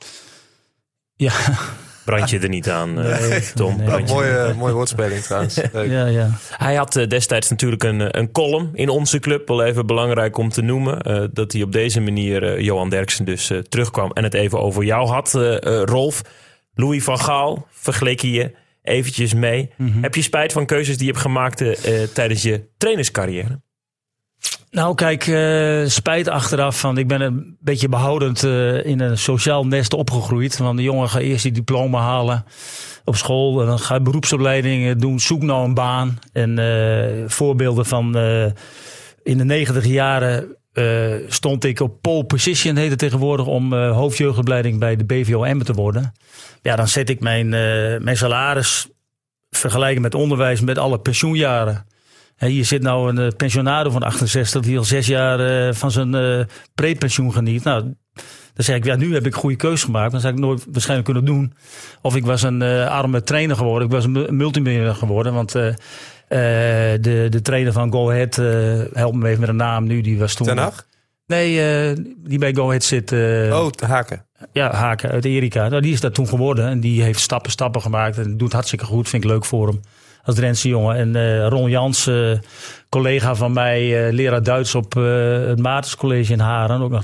Speaker 1: Ja.
Speaker 2: Brand je er niet aan, Tom?
Speaker 3: Nee. Mooie woordspeling trouwens.
Speaker 1: Ja.
Speaker 2: Hij had destijds natuurlijk een column in onze club. Wel even belangrijk om te noemen. Dat hij op deze manier, Johan Derksen dus terugkwam en het even over jou had. Rolf, Louis van Gaal, vergeleek je eventjes mee. Mm-hmm. Heb je spijt van keuzes die je hebt gemaakt tijdens je trainerscarrière?
Speaker 1: Nou kijk, spijt achteraf van ik ben een beetje behoudend in een sociaal nest opgegroeid. Want de jongen gaat eerst die diploma halen op school. En dan ga je beroepsopleiding doen, zoek nou een baan. En voorbeelden van in de 90 jaren stond ik op pole position, heet het tegenwoordig, om hoofdjeugdopleiding bij de BVO Emmen te worden. Ja, dan zet ik mijn salaris vergelijken met onderwijs met alle pensioenjaren. Hier zit nou een pensionado van 68 die al 6 jaar van zijn prepensioen geniet. Nou, dan zeg ik, nu heb ik een goede keuze gemaakt. Dan zou ik nooit waarschijnlijk kunnen doen. Of ik was een arme trainer geworden. Ik was een multimiljonair geworden. Want de trainer van Go Ahead, help me even met een naam nu, die was toen...
Speaker 3: Ten Hag?
Speaker 1: Nee, die bij Go Ahead zit.
Speaker 3: Haken.
Speaker 1: Ja, Haken uit Erika. Nou, die is dat toen geworden. En die heeft stappen gemaakt. En doet hartstikke goed. Vind ik leuk voor hem. Als Drentse jongen. En Ron Jans, collega van mij, leraar Duits op het Maartenscollege in Haren. Ook nog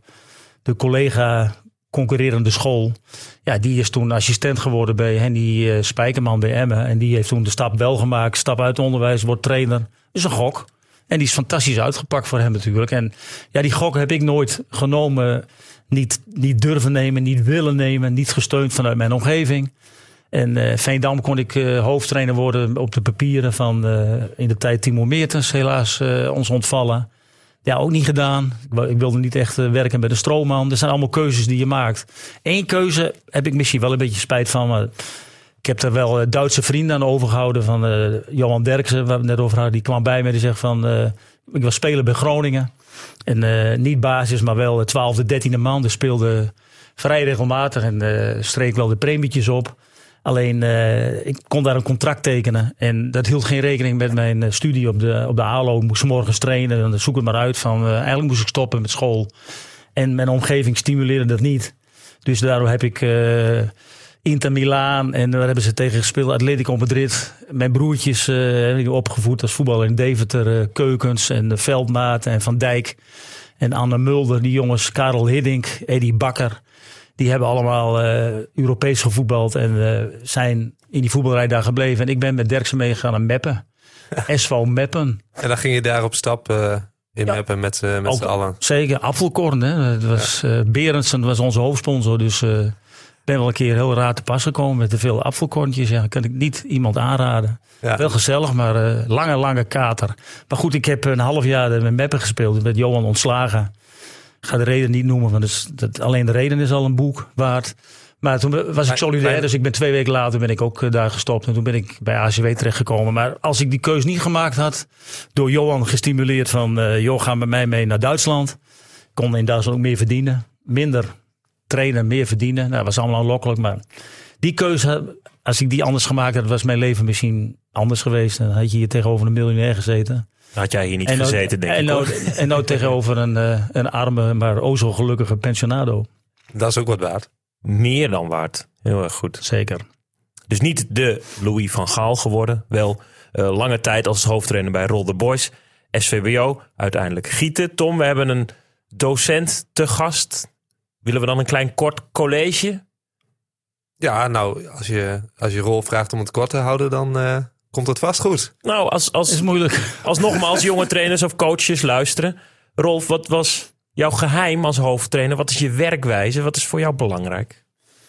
Speaker 1: de collega concurrerende school. Ja, die is toen assistent geworden bij Henny Spijkerman bij Emmen. En die heeft toen de stap wel gemaakt. Stap uit het onderwijs, wordt trainer. Dat is een gok. En die is fantastisch uitgepakt voor hem natuurlijk. En ja, die gok heb ik nooit genomen. Niet durven nemen, niet willen nemen. Niet gesteund vanuit mijn omgeving. En Veendam kon ik hoofdtrainer worden op de papieren van in de tijd Timo Meertens. Helaas ons ontvallen. Ja, ook niet gedaan. Ik wilde niet echt werken met een stroomman. Er zijn allemaal keuzes die je maakt. Eén keuze heb ik misschien wel een beetje spijt van. Maar ik heb er wel Duitse vrienden aan overgehouden. Van Johan Derksen, waar we het net over hadden. Die kwam bij me. Die zegt van, ik was speler bij Groningen. En niet basis, maar wel 12e, 13e man. Dus speelde vrij regelmatig. En streek wel de premietjes op. Alleen, ik kon daar een contract tekenen. En dat hield geen rekening met mijn studie op de ALO. Ik moest 's morgens trainen. En dan zoek het maar uit van, eigenlijk moest ik stoppen met school. En mijn omgeving stimuleerde dat niet. Dus daardoor heb ik Inter Milaan. En daar hebben ze tegen gespeeld. Atletico Madrid. Mijn broertjes heb ik opgevoed als voetballer in Deventer. Keukens en Veldmaat en Van Dijk. En Anne Mulder. Die jongens, Karel Hiddink, Eddie Bakker. Die hebben allemaal Europees gevoetbald en zijn in die voetbalrij daar gebleven. En ik ben met Derksen meegegaan naar Meppen. SV Meppen.
Speaker 3: En dan ging je daar op stap in Meppen met z'n allen.
Speaker 1: Zeker, Apfelkorn. Hè. Dat was, Berendsen was onze hoofdsponsor. Dus ik ben wel een keer heel raar te pas gekomen met te veel apfelkorntjes. Ja, kan ik niet iemand aanraden. Ja. Wel gezellig, maar lange kater. Maar goed, ik heb een half jaar met Meppen gespeeld. Met Johan ontslagen. Ik ga de reden niet noemen, want alleen de reden is al een boek waard. Maar toen was ik solidair, dus ik ben 2 weken later ben ik ook daar gestopt. En toen ben ik bij ACW terechtgekomen. Maar als ik die keus niet gemaakt had, door Johan gestimuleerd van... ga met mij mee naar Duitsland. Ik kon in Duitsland ook meer verdienen. Minder trainen, meer verdienen. Nou, dat was allemaal aanlokkelijk. Maar die keuze, als ik die anders gemaakt had, was mijn leven misschien anders geweest. Dan had je hier tegenover een miljonair gezeten.
Speaker 2: Had jij hier niet gezeten, denk ik. Hoor.
Speaker 1: En nou tegenover een arme, maar o zo gelukkige pensionado.
Speaker 3: Dat is ook wat waard.
Speaker 2: Meer dan waard. Heel erg goed.
Speaker 1: Zeker.
Speaker 2: Dus niet de Louis van Gaal geworden. Wel lange tijd als hoofdtrainer bij Rolder Boys. SVBO, uiteindelijk Gieten. Tom, we hebben een docent te gast. Willen we dan een klein kort college?
Speaker 3: Ja, nou, als je Rolf vraagt om het kort te houden, dan komt het vast goed.
Speaker 2: Nou,
Speaker 1: Is moeilijk.
Speaker 2: als nogmaals jonge trainers of coaches luisteren. Rolf, wat was jouw geheim als hoofdtrainer? Wat is je werkwijze? Wat is voor jou belangrijk?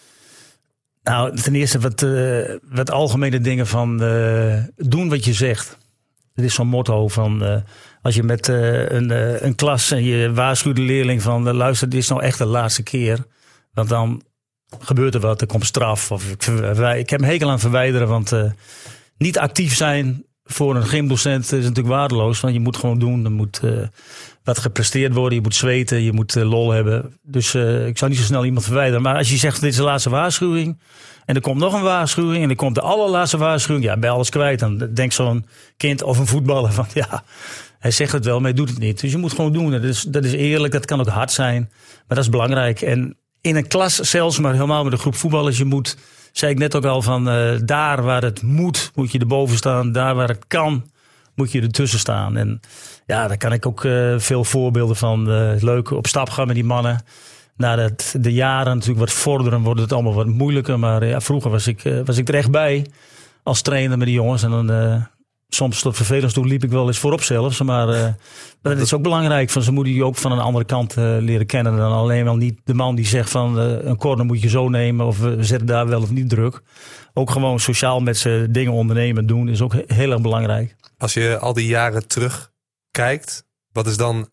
Speaker 1: Nou, ten eerste wat algemene dingen van doen wat je zegt. Het is zo'n motto van als je met een klas en je waarschuwt de leerling van luister, dit is nou echt de laatste keer. Want dan gebeurt er wat, er komt straf. Of ik heb een hekel aan verwijderen, want niet actief zijn voor een gymdocent is natuurlijk waardeloos. Want je moet gewoon doen, er moet wat gepresteerd worden, je moet zweten, je moet lol hebben. Dus ik zou niet zo snel iemand verwijderen. Maar als je zegt, dit is de laatste waarschuwing en er komt nog een waarschuwing en er komt de allerlaatste waarschuwing. Ja, bij alles kwijt. Dan denkt zo'n kind of een voetballer van ja, hij zegt het wel, maar hij doet het niet. Dus je moet gewoon doen. Dat is eerlijk, dat kan ook hard zijn. Maar dat is belangrijk. En in een klas zelfs, maar helemaal met een groep voetballers, je moet, zei ik net ook al, van daar waar het moet je erboven staan. Daar waar het kan, moet je ertussen staan. En ja, daar kan ik ook veel voorbeelden van. Leuk op stap gaan met die mannen. Nadat de jaren natuurlijk wat vorderen, wordt het allemaal wat moeilijker. Maar ja, vroeger was ik er echt bij als trainer met die jongens. En dan soms tot vervelend toe liep ik wel eens voorop zelfs. Maar dat is ook belangrijk. Ze moeten je ook van een andere kant leren kennen. Dan alleen wel niet de man die zegt van een corner moet je zo nemen. Of we zetten daar wel of niet druk. Ook gewoon sociaal met ze dingen ondernemen doen is ook heel erg belangrijk.
Speaker 3: Als je al die jaren terugkijkt, wat is dan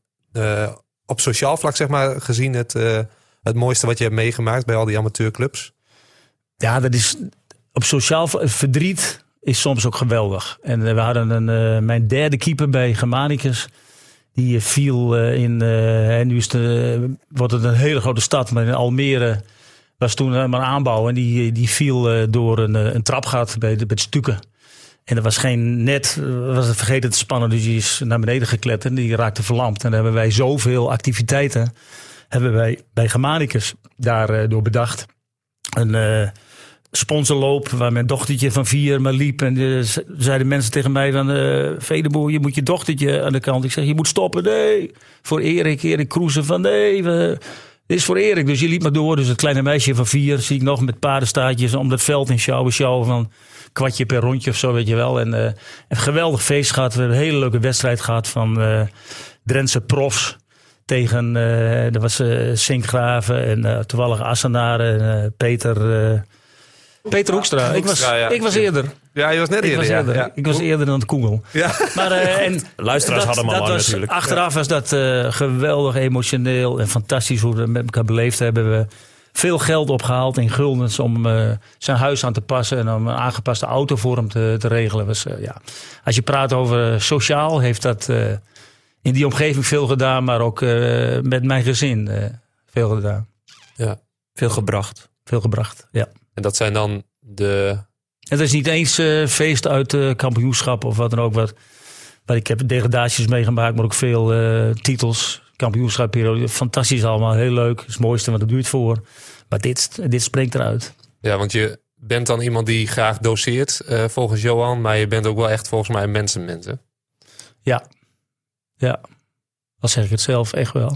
Speaker 3: op sociaal vlak zeg maar gezien het mooiste wat je hebt meegemaakt bij al die amateurclubs?
Speaker 1: Ja, dat is op sociaal verdriet is soms ook geweldig. En we hadden mijn derde keeper bij Germanicus. Die viel en nu wordt het een hele grote stad. Maar in Almere was toen maar een aanbouw. En die viel door een trapgat bij het Stuken. En er was geen net, was het vergeten te spannen. Dus die is naar beneden gekletterd en die raakte verlamd. En dan hebben wij zoveel activiteiten bij Germanicus daardoor bedacht. Een sponsorloop waar mijn dochtertje van 4 maar liep. En zeiden mensen tegen mij van Vedeboer, je moet je dochtertje aan de kant. Ik zeg, je moet stoppen. Nee, voor Erik Kroesen van nee, dit is voor Erik. Dus je liep maar door. Dus het kleine meisje van 4 zie ik nog met paardenstaartjes om dat veld in sjouwen van kwartje per rondje of zo, weet je wel. En een geweldig feest gehad. We hebben een hele leuke wedstrijd gehad van Drentse profs tegen, dat was Sinkgraven en toevallig Assenaar en Peter Hoekstra. Ik was eerder.
Speaker 3: Ja, je was net eerder. Ja.
Speaker 1: Ik was eerder dan de Koegel.
Speaker 3: Ja.
Speaker 1: Maar,
Speaker 2: luisteraars hadden hem al lang natuurlijk.
Speaker 1: Achteraf was dat geweldig emotioneel en fantastisch hoe we met elkaar beleefd hebben. We veel geld opgehaald in guldens om zijn huis aan te passen en om een aangepaste auto voor hem te regelen. Was, Als je praat over sociaal, heeft dat in die omgeving veel gedaan, maar ook met mijn gezin veel gedaan.
Speaker 3: Ja.
Speaker 2: Veel gebracht.
Speaker 1: Veel gebracht, ja.
Speaker 3: En dat zijn dan de...
Speaker 1: Het is niet eens feest uit kampioenschap of wat dan ook. Wat ik heb degradaties meegemaakt, maar ook veel titels. Kampioenschapperiode, fantastisch allemaal, heel leuk. Het is het mooiste, want het duurt voor. Maar dit springt eruit.
Speaker 3: Ja, want je bent dan iemand die graag doseert volgens Johan. Maar je bent ook wel echt volgens mij een mensenmens, hè?
Speaker 1: Ja. Al zeg ik het zelf, echt wel.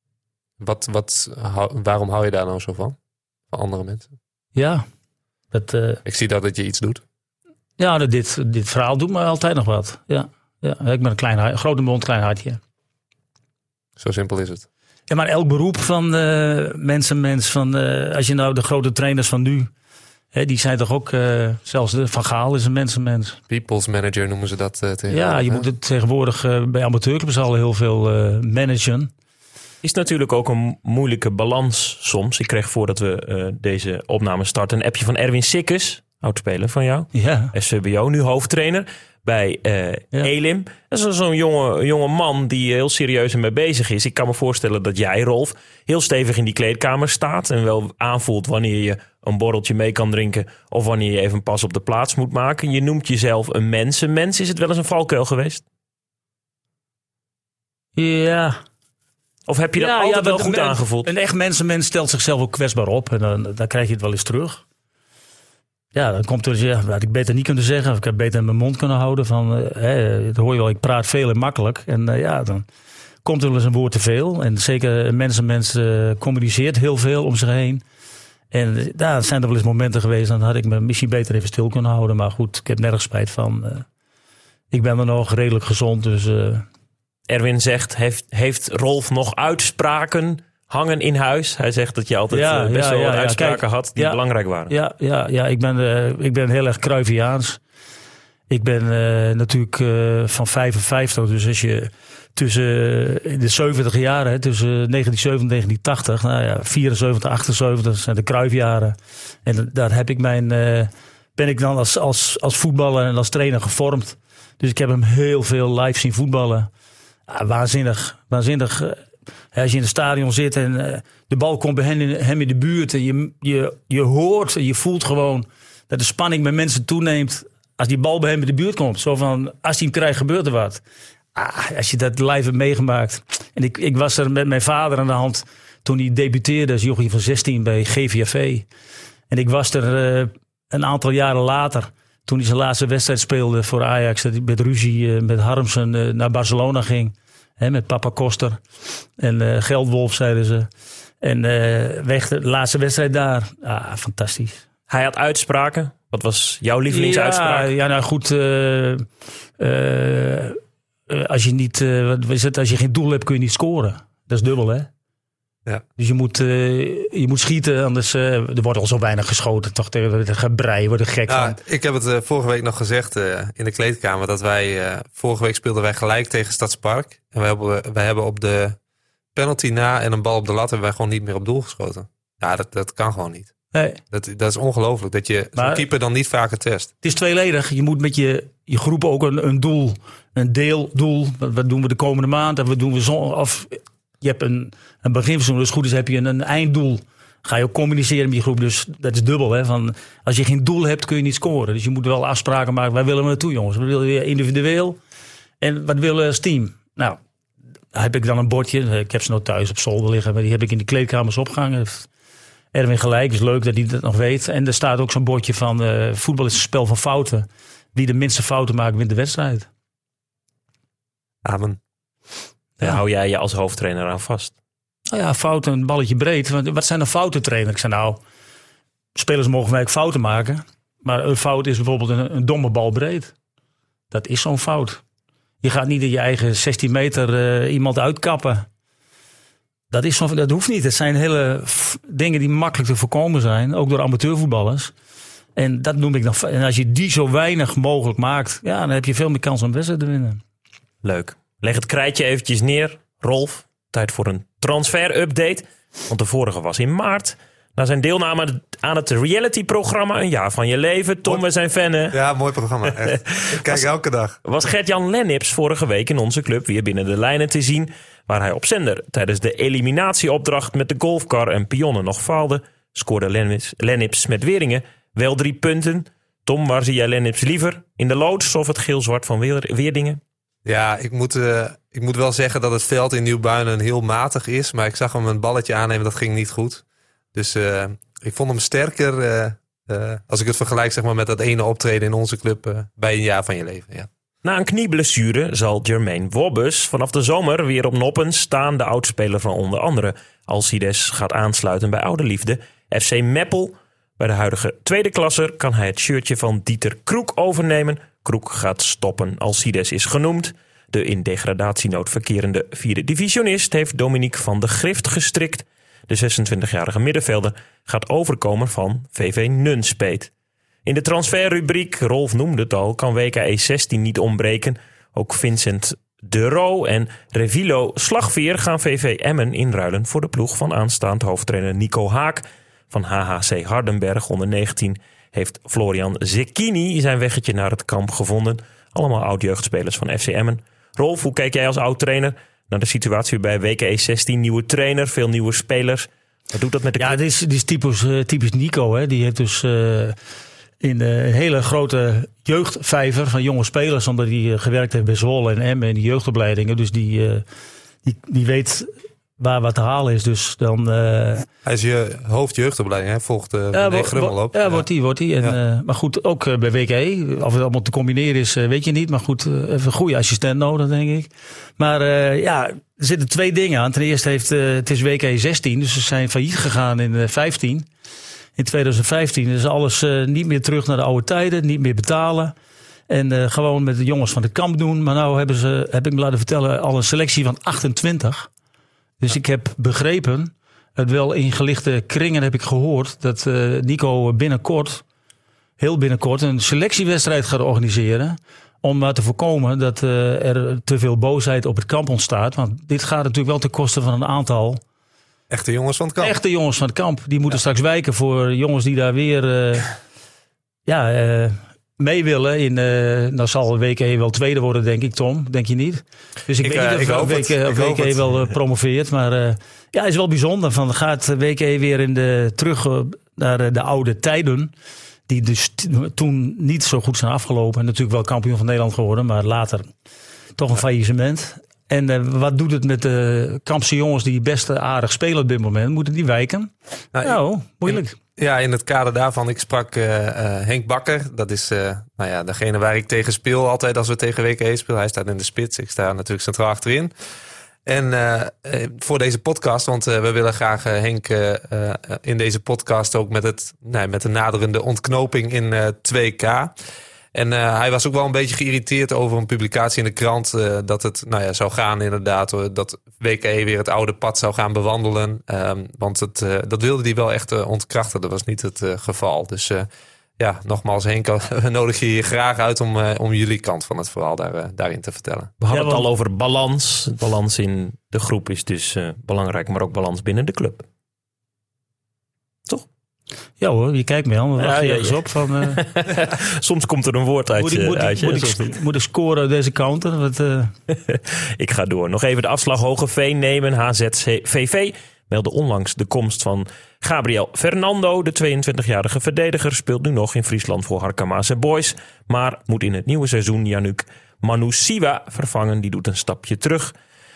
Speaker 3: Waarom hou je daar nou zo van? Van andere mensen?
Speaker 1: Ja.
Speaker 3: Ik zie dat je iets doet.
Speaker 1: Ja, dit verhaal doet me altijd nog wat. Ja. Ik ben een grote mond, klein hartje.
Speaker 3: Zo simpel is het.
Speaker 1: Ja, maar elk beroep van mensenmens. Als je nou de grote trainers van nu. Die zijn toch ook, zelfs de Van Gaal is een mensenmens.
Speaker 3: People's manager noemen ze dat tegenwoordig.
Speaker 1: Ja, je moet het tegenwoordig bij amateurclubs al heel veel managen.
Speaker 2: Is natuurlijk ook een moeilijke balans soms. Ik kreeg voordat we deze opname starten een appje van Erwin Sikkes, oudspeler van jou.
Speaker 1: Ja.
Speaker 2: SVBO, nu hoofdtrainer bij Elim. Dat is zo'n jonge man die heel serieus ermee bezig is. Ik kan me voorstellen dat jij, Rolf, heel stevig in die kleedkamer staat en wel aanvoelt wanneer je een borreltje mee kan drinken of wanneer je even een pas op de plaats moet maken. Je noemt jezelf een mensenmens. Is het wel eens een valkuil geweest?
Speaker 1: Ja.
Speaker 2: Of heb je dat altijd wel goed aangevoeld?
Speaker 1: Een echt mens stelt zichzelf ook kwetsbaar op. En dan krijg je het wel eens terug. Ja, dan komt er, had ik beter niet kunnen zeggen. Of ik had beter mijn mond kunnen houden. Dat hoor je wel, ik praat veel en makkelijk. En dan komt er wel eens een woord te veel. En zeker een mens communiceert heel veel om zich heen. En daar zijn er wel eens momenten geweest. Dan had ik me misschien beter even stil kunnen houden. Maar goed, ik heb nergens spijt van. Ik ben er nog redelijk gezond. Dus
Speaker 2: Erwin zegt, heeft Rolf nog uitspraken hangen in huis? Hij zegt dat je altijd best wel wat uitspraken had die belangrijk waren.
Speaker 1: Ja, ik ben heel erg Cruyffiaans. Ik ben natuurlijk van 55. Dus als je tussen de 70 jaren, tussen 1970 en 1980, 74, 78 zijn de Cruyffjaren. En daar heb ik ben ik dan als voetballer en als trainer gevormd. Dus ik heb hem heel veel live zien voetballen. Waanzinnig. Als je in het stadion zit en de bal komt bij hem in de buurt. En je hoort en je voelt gewoon dat de spanning bij mensen toeneemt als die bal bij hem in de buurt komt. Zo van, als hij hem krijgt, gebeurt er wat. Als je dat live hebt meegemaakt. En ik was er met mijn vader aan de hand toen hij debuteerde als jochie van 16 bij GVAV. En ik was er een aantal jaren later, toen hij zijn laatste wedstrijd speelde voor Ajax, dat hij met ruzie met Harmsen naar Barcelona ging. Met Papa Koster en Geldwolf, zeiden ze. En weg de laatste wedstrijd daar. Fantastisch.
Speaker 2: Hij had uitspraken. Wat was jouw lievelingsuitspraak?
Speaker 1: Ja, nou goed. Als je geen doel hebt, kun je niet scoren. Dat is dubbel, hè? Ja. Dus je moet schieten, anders er wordt al zo weinig geschoten. Toch tegen het gebrei, wordt er gek van.
Speaker 3: Ik heb het vorige week nog gezegd in de kleedkamer dat vorige week speelden wij gelijk tegen Stadspark. En wij hebben op de penalty na en een bal op de lat hebben wij gewoon niet meer op doel geschoten. Ja, dat kan gewoon niet. Nee. Dat is ongelooflijk dat je zo'n keeper dan niet vaker test.
Speaker 1: Het is tweeledig. Je moet met je groep ook een doel, een deeldoel. Wat doen we de komende maand? En wat doen we of je hebt een beginverzoen, dus goed is heb je een einddoel. Ga je ook communiceren met je groep. Dus dat is dubbel. Hè? Van, als je geen doel hebt, kun je niet scoren. Dus je moet wel afspraken maken. Waar willen we naartoe, jongens? Wat willen we individueel? En wat willen we als team? Nou, heb ik dan een bordje. Ik heb ze nog thuis op zolder liggen. Maar die heb ik in de kleedkamers opgehangen. Erwin gelijk. Is leuk dat hij dat nog weet. En er staat ook zo'n bordje van voetbal is een spel van fouten. Wie de minste fouten maakt, wint de wedstrijd.
Speaker 3: Amen.
Speaker 2: Daar hou jij je als hoofdtrainer aan vast.
Speaker 1: Nou ja, fouten, een balletje breed. Wat zijn dan fouten, trainer? Ik zei spelers mogen wij ook fouten maken. Maar een fout is bijvoorbeeld een domme bal breed. Dat is zo'n fout. Je gaat niet in je eigen 16 meter iemand uitkappen. Dat hoeft niet. Het zijn hele dingen die makkelijk te voorkomen zijn. Ook door amateurvoetballers. En dat noem ik dan. En als je die zo weinig mogelijk maakt, dan heb je veel meer kans om wedstrijd te winnen.
Speaker 2: Leuk. Leg het krijtje eventjes neer. Rolf, tijd voor een transfer-update. Want de vorige was in maart. Na zijn deelname aan het reality-programma Een Jaar van Je Leven. Tom, we zijn fan, hè?
Speaker 3: Ja, mooi programma. Echt. Ik kijk elke dag.
Speaker 2: Was Gert-Jan Lennips vorige week in onze club weer binnen de lijnen te zien. Waar hij op zender tijdens de eliminatieopdracht met de golfkar en pionnen nog faalde. Scoorde Lennips met Weringen wel 3 punten. Tom, waar zie jij Lennips liever? In de loods of het geel-zwart van Weerdingen?
Speaker 3: Ja, ik moet wel zeggen dat het veld in Nieuwbuinen heel matig is. Maar ik zag hem een balletje aannemen, dat ging niet goed. Dus ik vond hem sterker als ik het vergelijk zeg maar, met dat ene optreden in onze club bij Een Jaar van Je Leven. Ja.
Speaker 2: Na een knieblessure zal Jermaine Wobbes vanaf de zomer weer op noppen staan. De oudspeler van onder andere Alcides gaat aansluiten bij oude liefde FC Meppel. Bij de huidige tweede klasser kan hij het shirtje van Dieter Kroek overnemen. Kroek gaat stoppen. Alcides is genoemd. De in degradatienood verkerende 4e divisionist heeft Dominique van de Grift gestrikt. De 26-jarige middenvelder gaat overkomen van VV Nunspeet. In de transferrubriek, Rolf noemde het al, kan WKE 16 niet ontbreken. Ook Vincent De Roo en Revilo Slagveer gaan VV Emmen inruilen voor de ploeg van aanstaand hoofdtrainer Nico Haak. Van HHC Hardenberg onder 19 heeft Florian Zecchini zijn weggetje naar het kamp gevonden. Allemaal oud-jeugdspelers van FC Emmen. Rolf, hoe kijk jij als oud-trainer naar de situatie bij WKE 16? Nieuwe trainer, veel nieuwe spelers. Wat doet dat met de club?
Speaker 1: Ja, dit is typisch Nico. Hè. Die heeft dus in een hele grote jeugdvijver van jonge spelers, omdat hij gewerkt heeft bij Zwolle en Emmen en die jeugdopleidingen. Dus die die weet waar wat te halen is. Dus dan...
Speaker 3: Hij is je hoofdjeugdopleiding, hè? Volgt meneer Grummel op.
Speaker 1: Ja, wordt hij. En, maar goed, ook bij WKE. Of het allemaal te combineren is, weet je niet. Maar goed, even een goede assistent nodig, denk ik. Maar er zitten 2 dingen aan. Ten eerste het is WKE 16, dus ze zijn failliet gegaan in 15. In 2015 is alles niet meer terug naar de oude tijden. Niet meer betalen. En gewoon met de jongens van de kamp doen. Maar nou heb ik me laten vertellen, al een selectie van 28. Dus ik heb begrepen, het wel in gelichte kringen heb ik gehoord, dat Nico heel binnenkort, een selectiewedstrijd gaat organiseren. Om maar te voorkomen dat er te veel boosheid op het kamp ontstaat. Want dit gaat natuurlijk wel ten koste van een aantal...
Speaker 3: Echte jongens van het kamp.
Speaker 1: Echte jongens van het kamp. Die moeten straks wijken voor jongens die daar weer mee willen. Nou zal WKE wel tweede worden, denk ik, Tom. Denk je niet? Dus ik weet niet of WKE wel promoveert. Maar het is wel bijzonder. Van gaat WKE weer terug naar de oude tijden. Die dus toen niet zo goed zijn afgelopen. En natuurlijk wel kampioen van Nederland geworden. Maar later toch een faillissement. En wat doet het met de Kampse jongens die best aardig spelen op dit moment? Moeten die wijken? Moeilijk.
Speaker 3: In het kader daarvan, ik sprak Henk Bakker. Dat is degene waar ik tegen speel altijd als we tegen WKE spelen. Hij staat in de spits, ik sta natuurlijk centraal achterin. En voor deze podcast, want we willen graag Henk in deze podcast ook met de naderende ontknoping in 2K... En hij was ook wel een beetje geïrriteerd over een publicatie in de krant. Dat het zou gaan inderdaad. Dat WKE weer het oude pad zou gaan bewandelen. Want dat wilde hij wel echt ontkrachten. Dat was niet het geval. Dus nogmaals Henk, we nodigen je hier graag uit om jullie kant van het verhaal daarin te vertellen.
Speaker 2: We hadden het al over balans. Balans in de groep is dus belangrijk. Maar ook balans binnen de club. Toch?
Speaker 1: Ja hoor, je kijkt me aan. Dan wacht je ergens op van...
Speaker 2: Soms komt er een woord uit je.
Speaker 1: Moet ik scoren deze counter?
Speaker 2: Ik ga door. Nog even de afslag Hogeveen nemen. HZVV meldde onlangs de komst van Gabriel Fernando. De 22-jarige verdediger speelt nu nog in Friesland voor Harkemaase Boys. Maar moet in het nieuwe seizoen Yannick Manusiwa vervangen. Die doet een stapje terug.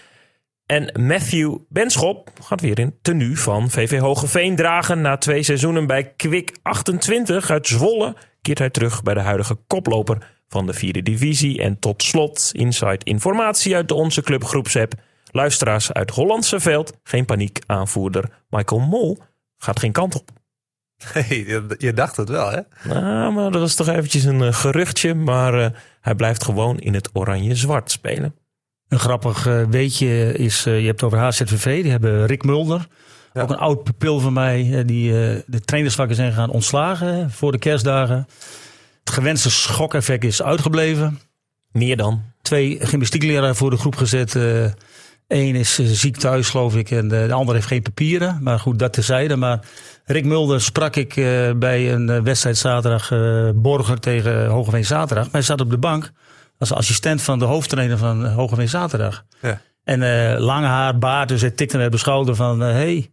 Speaker 2: En Matthew Benschop gaat weer in tenue van VV Hogeveen dragen. Na 2 seizoenen bij Kwik 28 uit Zwolle keert hij terug bij de huidige koploper van de 4e divisie. En tot slot inside informatie uit de Onze Club groepsapp. Luisteraars uit Hollandse Veld, geen paniek, aanvoerder Michael Mol gaat geen kant op.
Speaker 3: Hey, je dacht het wel, hè?
Speaker 2: Nou, maar dat was toch eventjes een geruchtje. Maar hij blijft gewoon in het oranje-zwart spelen.
Speaker 1: Een grappig weetje is, je hebt het over HZVV, die hebben Rick Mulder. Ja. Ook een oud pupil van mij, die de trainersvakken zijn gaan ontslagen voor de kerstdagen. Het gewenste schokeffect is uitgebleven.
Speaker 2: Meer dan?
Speaker 1: 2 gymnastiekleraren voor de groep gezet. Eén is ziek thuis, geloof ik, en de ander heeft geen papieren. Maar goed, dat terzijde. Maar Rick Mulder sprak ik bij een wedstrijd zaterdag, Borger tegen Hogeveen Zaterdag. Maar hij zat op de bank als assistent van de hoofdtrainer van Hogeveen Zaterdag. Ja. En lange haar, baard, dus hij tikte met de schouder van... hey.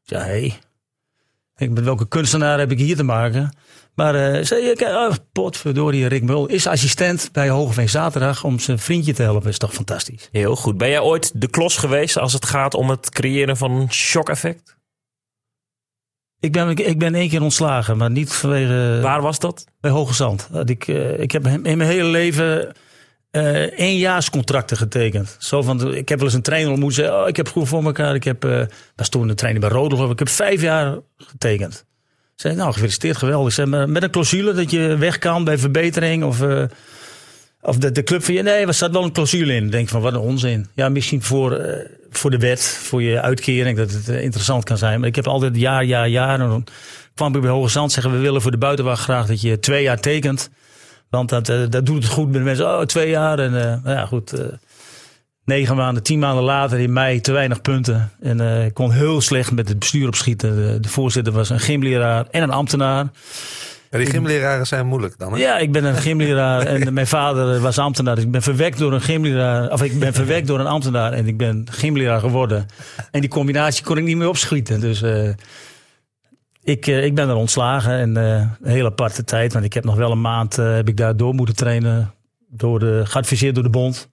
Speaker 1: Met welke kunstenaar heb ik hier te maken? Maar zei ik, potverdorie, Rick Mulder is assistent bij Hogeveen Zaterdag om zijn vriendje te helpen. Dat is toch fantastisch.
Speaker 2: Heel goed. Ben jij ooit de klos geweest als het gaat om het creëren van een shock-effect?
Speaker 1: Ik ben 1 keer ontslagen, maar niet vanwege...
Speaker 2: Waar was dat?
Speaker 1: Bij Hoge Zand. Ik heb in mijn hele leven 1-jaarscontracten getekend. Zo van, ik heb wel eens een trainer ontmoet en zei, ik heb goed voor elkaar. Was toen een trainer bij Rode, ik heb 5 jaar getekend. Ik zei, nou, gefeliciteerd, geweldig. Zei, maar met een clausule dat je weg kan bij verbetering of de club van je... Nee, er staat wel een clausule in. Ik denk van, wat een onzin. Ja, misschien voor de wet, voor je uitkering, dat het interessant kan zijn. Maar ik heb altijd jaar. En dan kwam ik bij Hoge Zand zeggen, we willen voor de buitenwacht graag dat je 2 jaar tekent. Want dat doet het goed met de mensen. 2 jaar. En goed. 9 maanden, 10 maanden later in mei te weinig punten. En ik kon heel slecht met het bestuur opschieten. De voorzitter was een gymleraar en een ambtenaar.
Speaker 3: Ja, die gymleraren zijn moeilijk dan, hè?
Speaker 1: Ja, ik ben een gymleraar en mijn vader was ambtenaar. Dus ik ben verwekt door een gymleraar. Of ik ben verwekt door een ambtenaar en ik ben gymleraar geworden. En die combinatie kon ik niet meer opschieten. Dus ik ben er ontslagen en een hele aparte tijd. Want ik heb nog wel een maand heb ik daar door moeten trainen. Geadviseerd door de bond.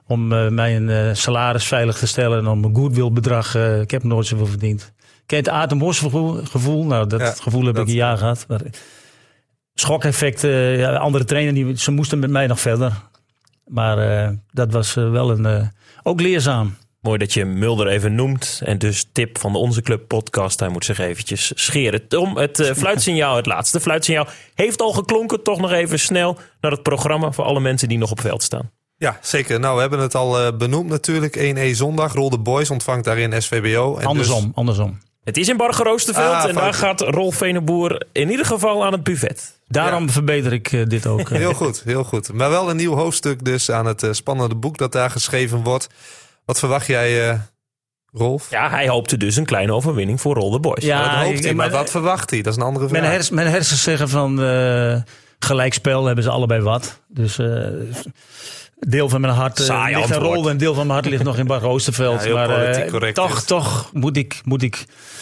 Speaker 1: om mijn salaris veilig te stellen en om mijn goodwillbedrag. Ik heb nooit zoveel verdiend. Ken je het Aad de Mos gevoel? Nou, dat gevoel heb ik een jaar gehad. Maar schokeffect, andere trainer, ze moesten met mij nog verder. Maar dat was wel ook leerzaam.
Speaker 2: Mooi dat je Mulder even noemt. En dus tip van de Onze Club podcast. Hij moet zich eventjes scheren. Tom, het fluitsignaal, het laatste fluitsignaal, heeft al geklonken. Toch nog even snel naar het programma voor alle mensen die nog op veld staan.
Speaker 3: Ja, zeker. Nou, we hebben het al benoemd natuurlijk. 1E zondag. Rolde Boys ontvangt daarin SVBO. En
Speaker 1: andersom.
Speaker 2: Het is in Bargeroosterveld en daar gaat Rolf Veneboer in ieder geval aan het buffet.
Speaker 1: Daarom verbeter ik dit ook.
Speaker 3: Heel goed, heel goed. Maar wel een nieuw hoofdstuk dus aan het spannende boek dat daar geschreven wordt. Wat verwacht jij, Rolf?
Speaker 2: Ja, hij hoopte dus een kleine overwinning voor Rolde Boys.
Speaker 3: Ja, dat hoopt hij. Maar wat verwacht hij? Dat is een andere vraag.
Speaker 1: Mijn hersens zeggen van gelijkspel hebben ze allebei wat. Dus deel van mijn hart ligt in Rolde en deel van mijn hart ligt nog in Bargeroosterveld.
Speaker 3: Ja,
Speaker 1: maar toch moet ik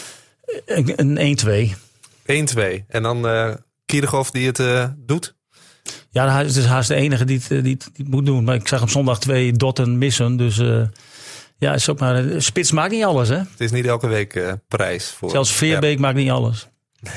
Speaker 1: een 1-2.
Speaker 3: 1-2. En dan Kiedeghoff die het doet?
Speaker 1: Ja, het is haast de enige die het moet doen. Maar ik zag hem zondag 2 dotten missen. Dus is ook maar, spits maakt niet alles, hè?
Speaker 3: Het is niet elke week prijs. Voor.
Speaker 1: Zelfs Veerbeek maakt niet alles.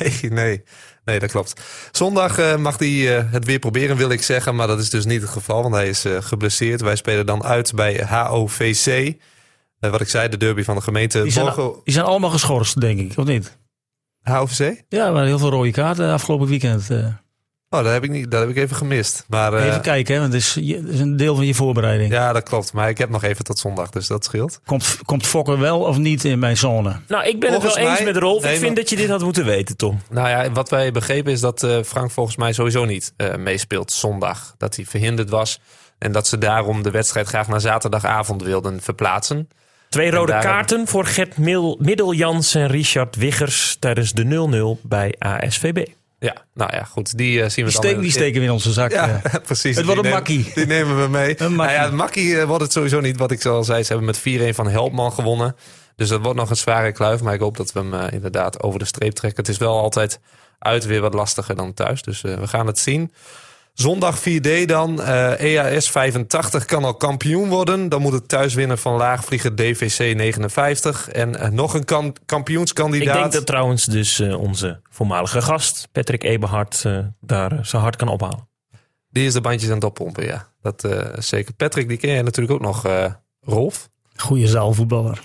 Speaker 3: Nee, dat klopt. Zondag mag hij het weer proberen, wil ik zeggen. Maar dat is dus niet het geval, want hij is geblesseerd. Wij spelen dan uit bij HOVC. Wat ik zei, de derby van de gemeente.
Speaker 1: Die zijn allemaal geschorst, denk ik, of niet?
Speaker 3: HOVC?
Speaker 1: Ja, er waren heel veel rode kaarten afgelopen weekend.
Speaker 3: Oh, dat heb ik even gemist. Maar,
Speaker 1: even kijken, hè, want het is een deel van je voorbereiding.
Speaker 3: Ja, dat klopt. Maar ik heb nog even tot zondag, dus dat scheelt.
Speaker 1: Komt Fokker wel of niet in mijn zone?
Speaker 2: Nou, ik ben het wel eens met Rolf. Ik vind dat je dit had moeten weten, Tom.
Speaker 3: Nou ja, wat wij begrepen is dat Frank volgens mij sowieso niet meespeelt zondag. Dat hij verhinderd was. En dat ze daarom de wedstrijd graag naar zaterdagavond wilden verplaatsen.
Speaker 2: 2 rode kaarten voor Gert Middeljans en Richard Wiggers tijdens de 0-0 bij ASVB.
Speaker 3: Ja, nou ja, goed. Die zien we dan.
Speaker 1: Die steken we in onze zak.
Speaker 3: Ja, precies.
Speaker 1: Het wordt een makkie.
Speaker 3: Die nemen we mee.
Speaker 1: Een makkie.
Speaker 3: Nou ja, makkie wordt het sowieso niet. Wat ik al zei, ze hebben met 4-1 van Helpman gewonnen. Dus dat wordt nog een zware kluif. Maar ik hoop dat we hem inderdaad over de streep trekken. Het is wel altijd uit weer wat lastiger dan thuis. Dus we gaan het zien. Zondag 4D dan. EAS 85 kan al kampioen worden. Dan moet het thuiswinnen van laagvlieger DVC 59. En nog een kampioenskandidaat.
Speaker 2: Ik denk dat trouwens dus onze voormalige gast, Patrick Eberhard, daar zijn hart kan ophalen.
Speaker 3: Die is de bandjes aan het oppompen, ja. Dat zeker. Patrick, die ken je natuurlijk ook nog, Rolf.
Speaker 1: Goeie zaalvoetballer.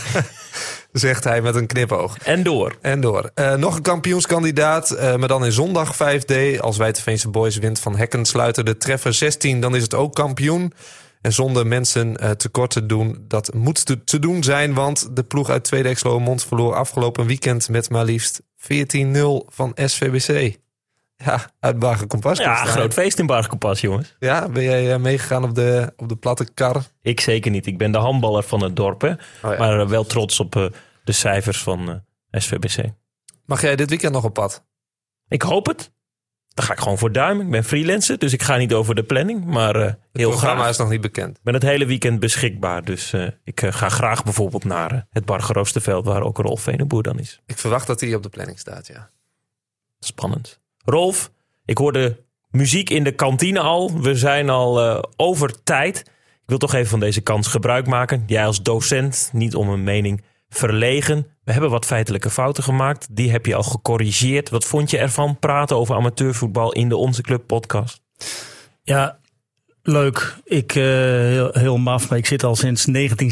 Speaker 3: Zegt hij met een knipoog.
Speaker 2: En door.
Speaker 3: Nog een kampioenskandidaat, maar dan in zondag 5D. Als Wijteveense Boys wint van Hekkensluiter de treffer 16, dan is het ook kampioen. En zonder mensen tekort te doen, dat moet te doen zijn. Want de ploeg uit Tweede Exloërmond verloor afgelopen weekend met maar liefst 14-0 van SVBC. Ja, uit Bargerkompas.
Speaker 2: Ja, groot feest in Bargerkompas, jongens.
Speaker 3: Ja, ben jij meegegaan op de platte kar?
Speaker 2: Ik zeker niet. Ik ben de handballer van het dorp. Hè?
Speaker 3: Oh ja.
Speaker 2: Maar wel trots op de cijfers van SVBC.
Speaker 3: Mag jij dit weekend nog op pad?
Speaker 2: Ik hoop het. Dan ga ik gewoon voor duimen. Ik ben freelancer, dus ik ga niet over de planning. Maar heel graag. Het
Speaker 3: programma is nog niet bekend.
Speaker 2: Ik ben het hele weekend beschikbaar. Dus ik ga graag bijvoorbeeld naar het Bargeroosterveld, waar ook Rolf Veneboer dan is.
Speaker 3: Ik verwacht dat hij op de planning staat, ja.
Speaker 2: Spannend. Rolf, ik hoorde muziek in de kantine al. We zijn al over tijd. Ik wil toch even van deze kans gebruik maken. Jij als docent, niet om een mening verlegen. We hebben wat feitelijke fouten gemaakt. Die heb je al gecorrigeerd. Wat vond je ervan? Praten over amateurvoetbal in de Onze Club podcast.
Speaker 1: Ja, leuk. Ik heel maf, maar ik zit al sinds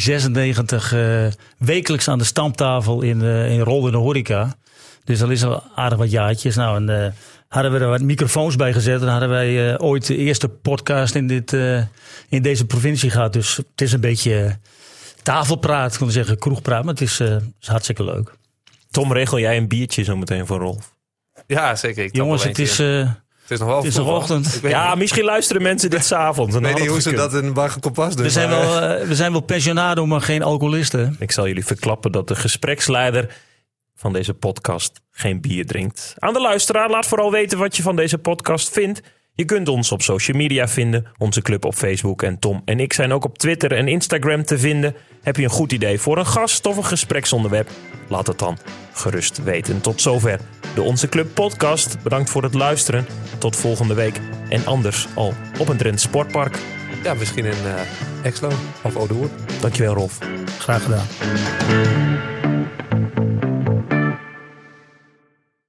Speaker 1: 1996 wekelijks aan de stamtafel in Rolde in de horeca. Dus dat is al aardig wat jaartjes. Nou, en hadden we er wat microfoons bij gezet. En hadden wij ooit de eerste podcast in deze provincie gehad. Dus het is een beetje tafelpraat, ik kon zeggen kroegpraat. Maar het is hartstikke leuk.
Speaker 2: Tom, regel jij een biertje zo meteen voor Rolf?
Speaker 3: Ja, zeker.
Speaker 1: Jongens, het is
Speaker 3: nog wel
Speaker 1: nog ochtend.
Speaker 2: Ja, misschien luisteren mensen dit 's avonds.
Speaker 3: Ik weet niet hoe ze dat in Bargerkompas doen.
Speaker 1: We zijn wel pensionado, maar geen alcoholisten.
Speaker 2: Ik zal jullie verklappen dat de gespreksleider van deze podcast geen bier drinkt. Aan de luisteraar, laat vooral weten wat je van deze podcast vindt. Je kunt ons op social media vinden, onze club op Facebook en Tom en ik zijn ook op Twitter en Instagram te vinden. Heb je een goed idee voor een gast of een gespreksonderwerp? Laat het dan gerust weten. Tot zover de Onze Club podcast. Bedankt voor het luisteren. Tot volgende week en anders al op een Drenthe Sportpark.
Speaker 3: ja, misschien in Exlo of Oudehoer.
Speaker 2: Dankjewel, Rolf.
Speaker 1: Graag gedaan.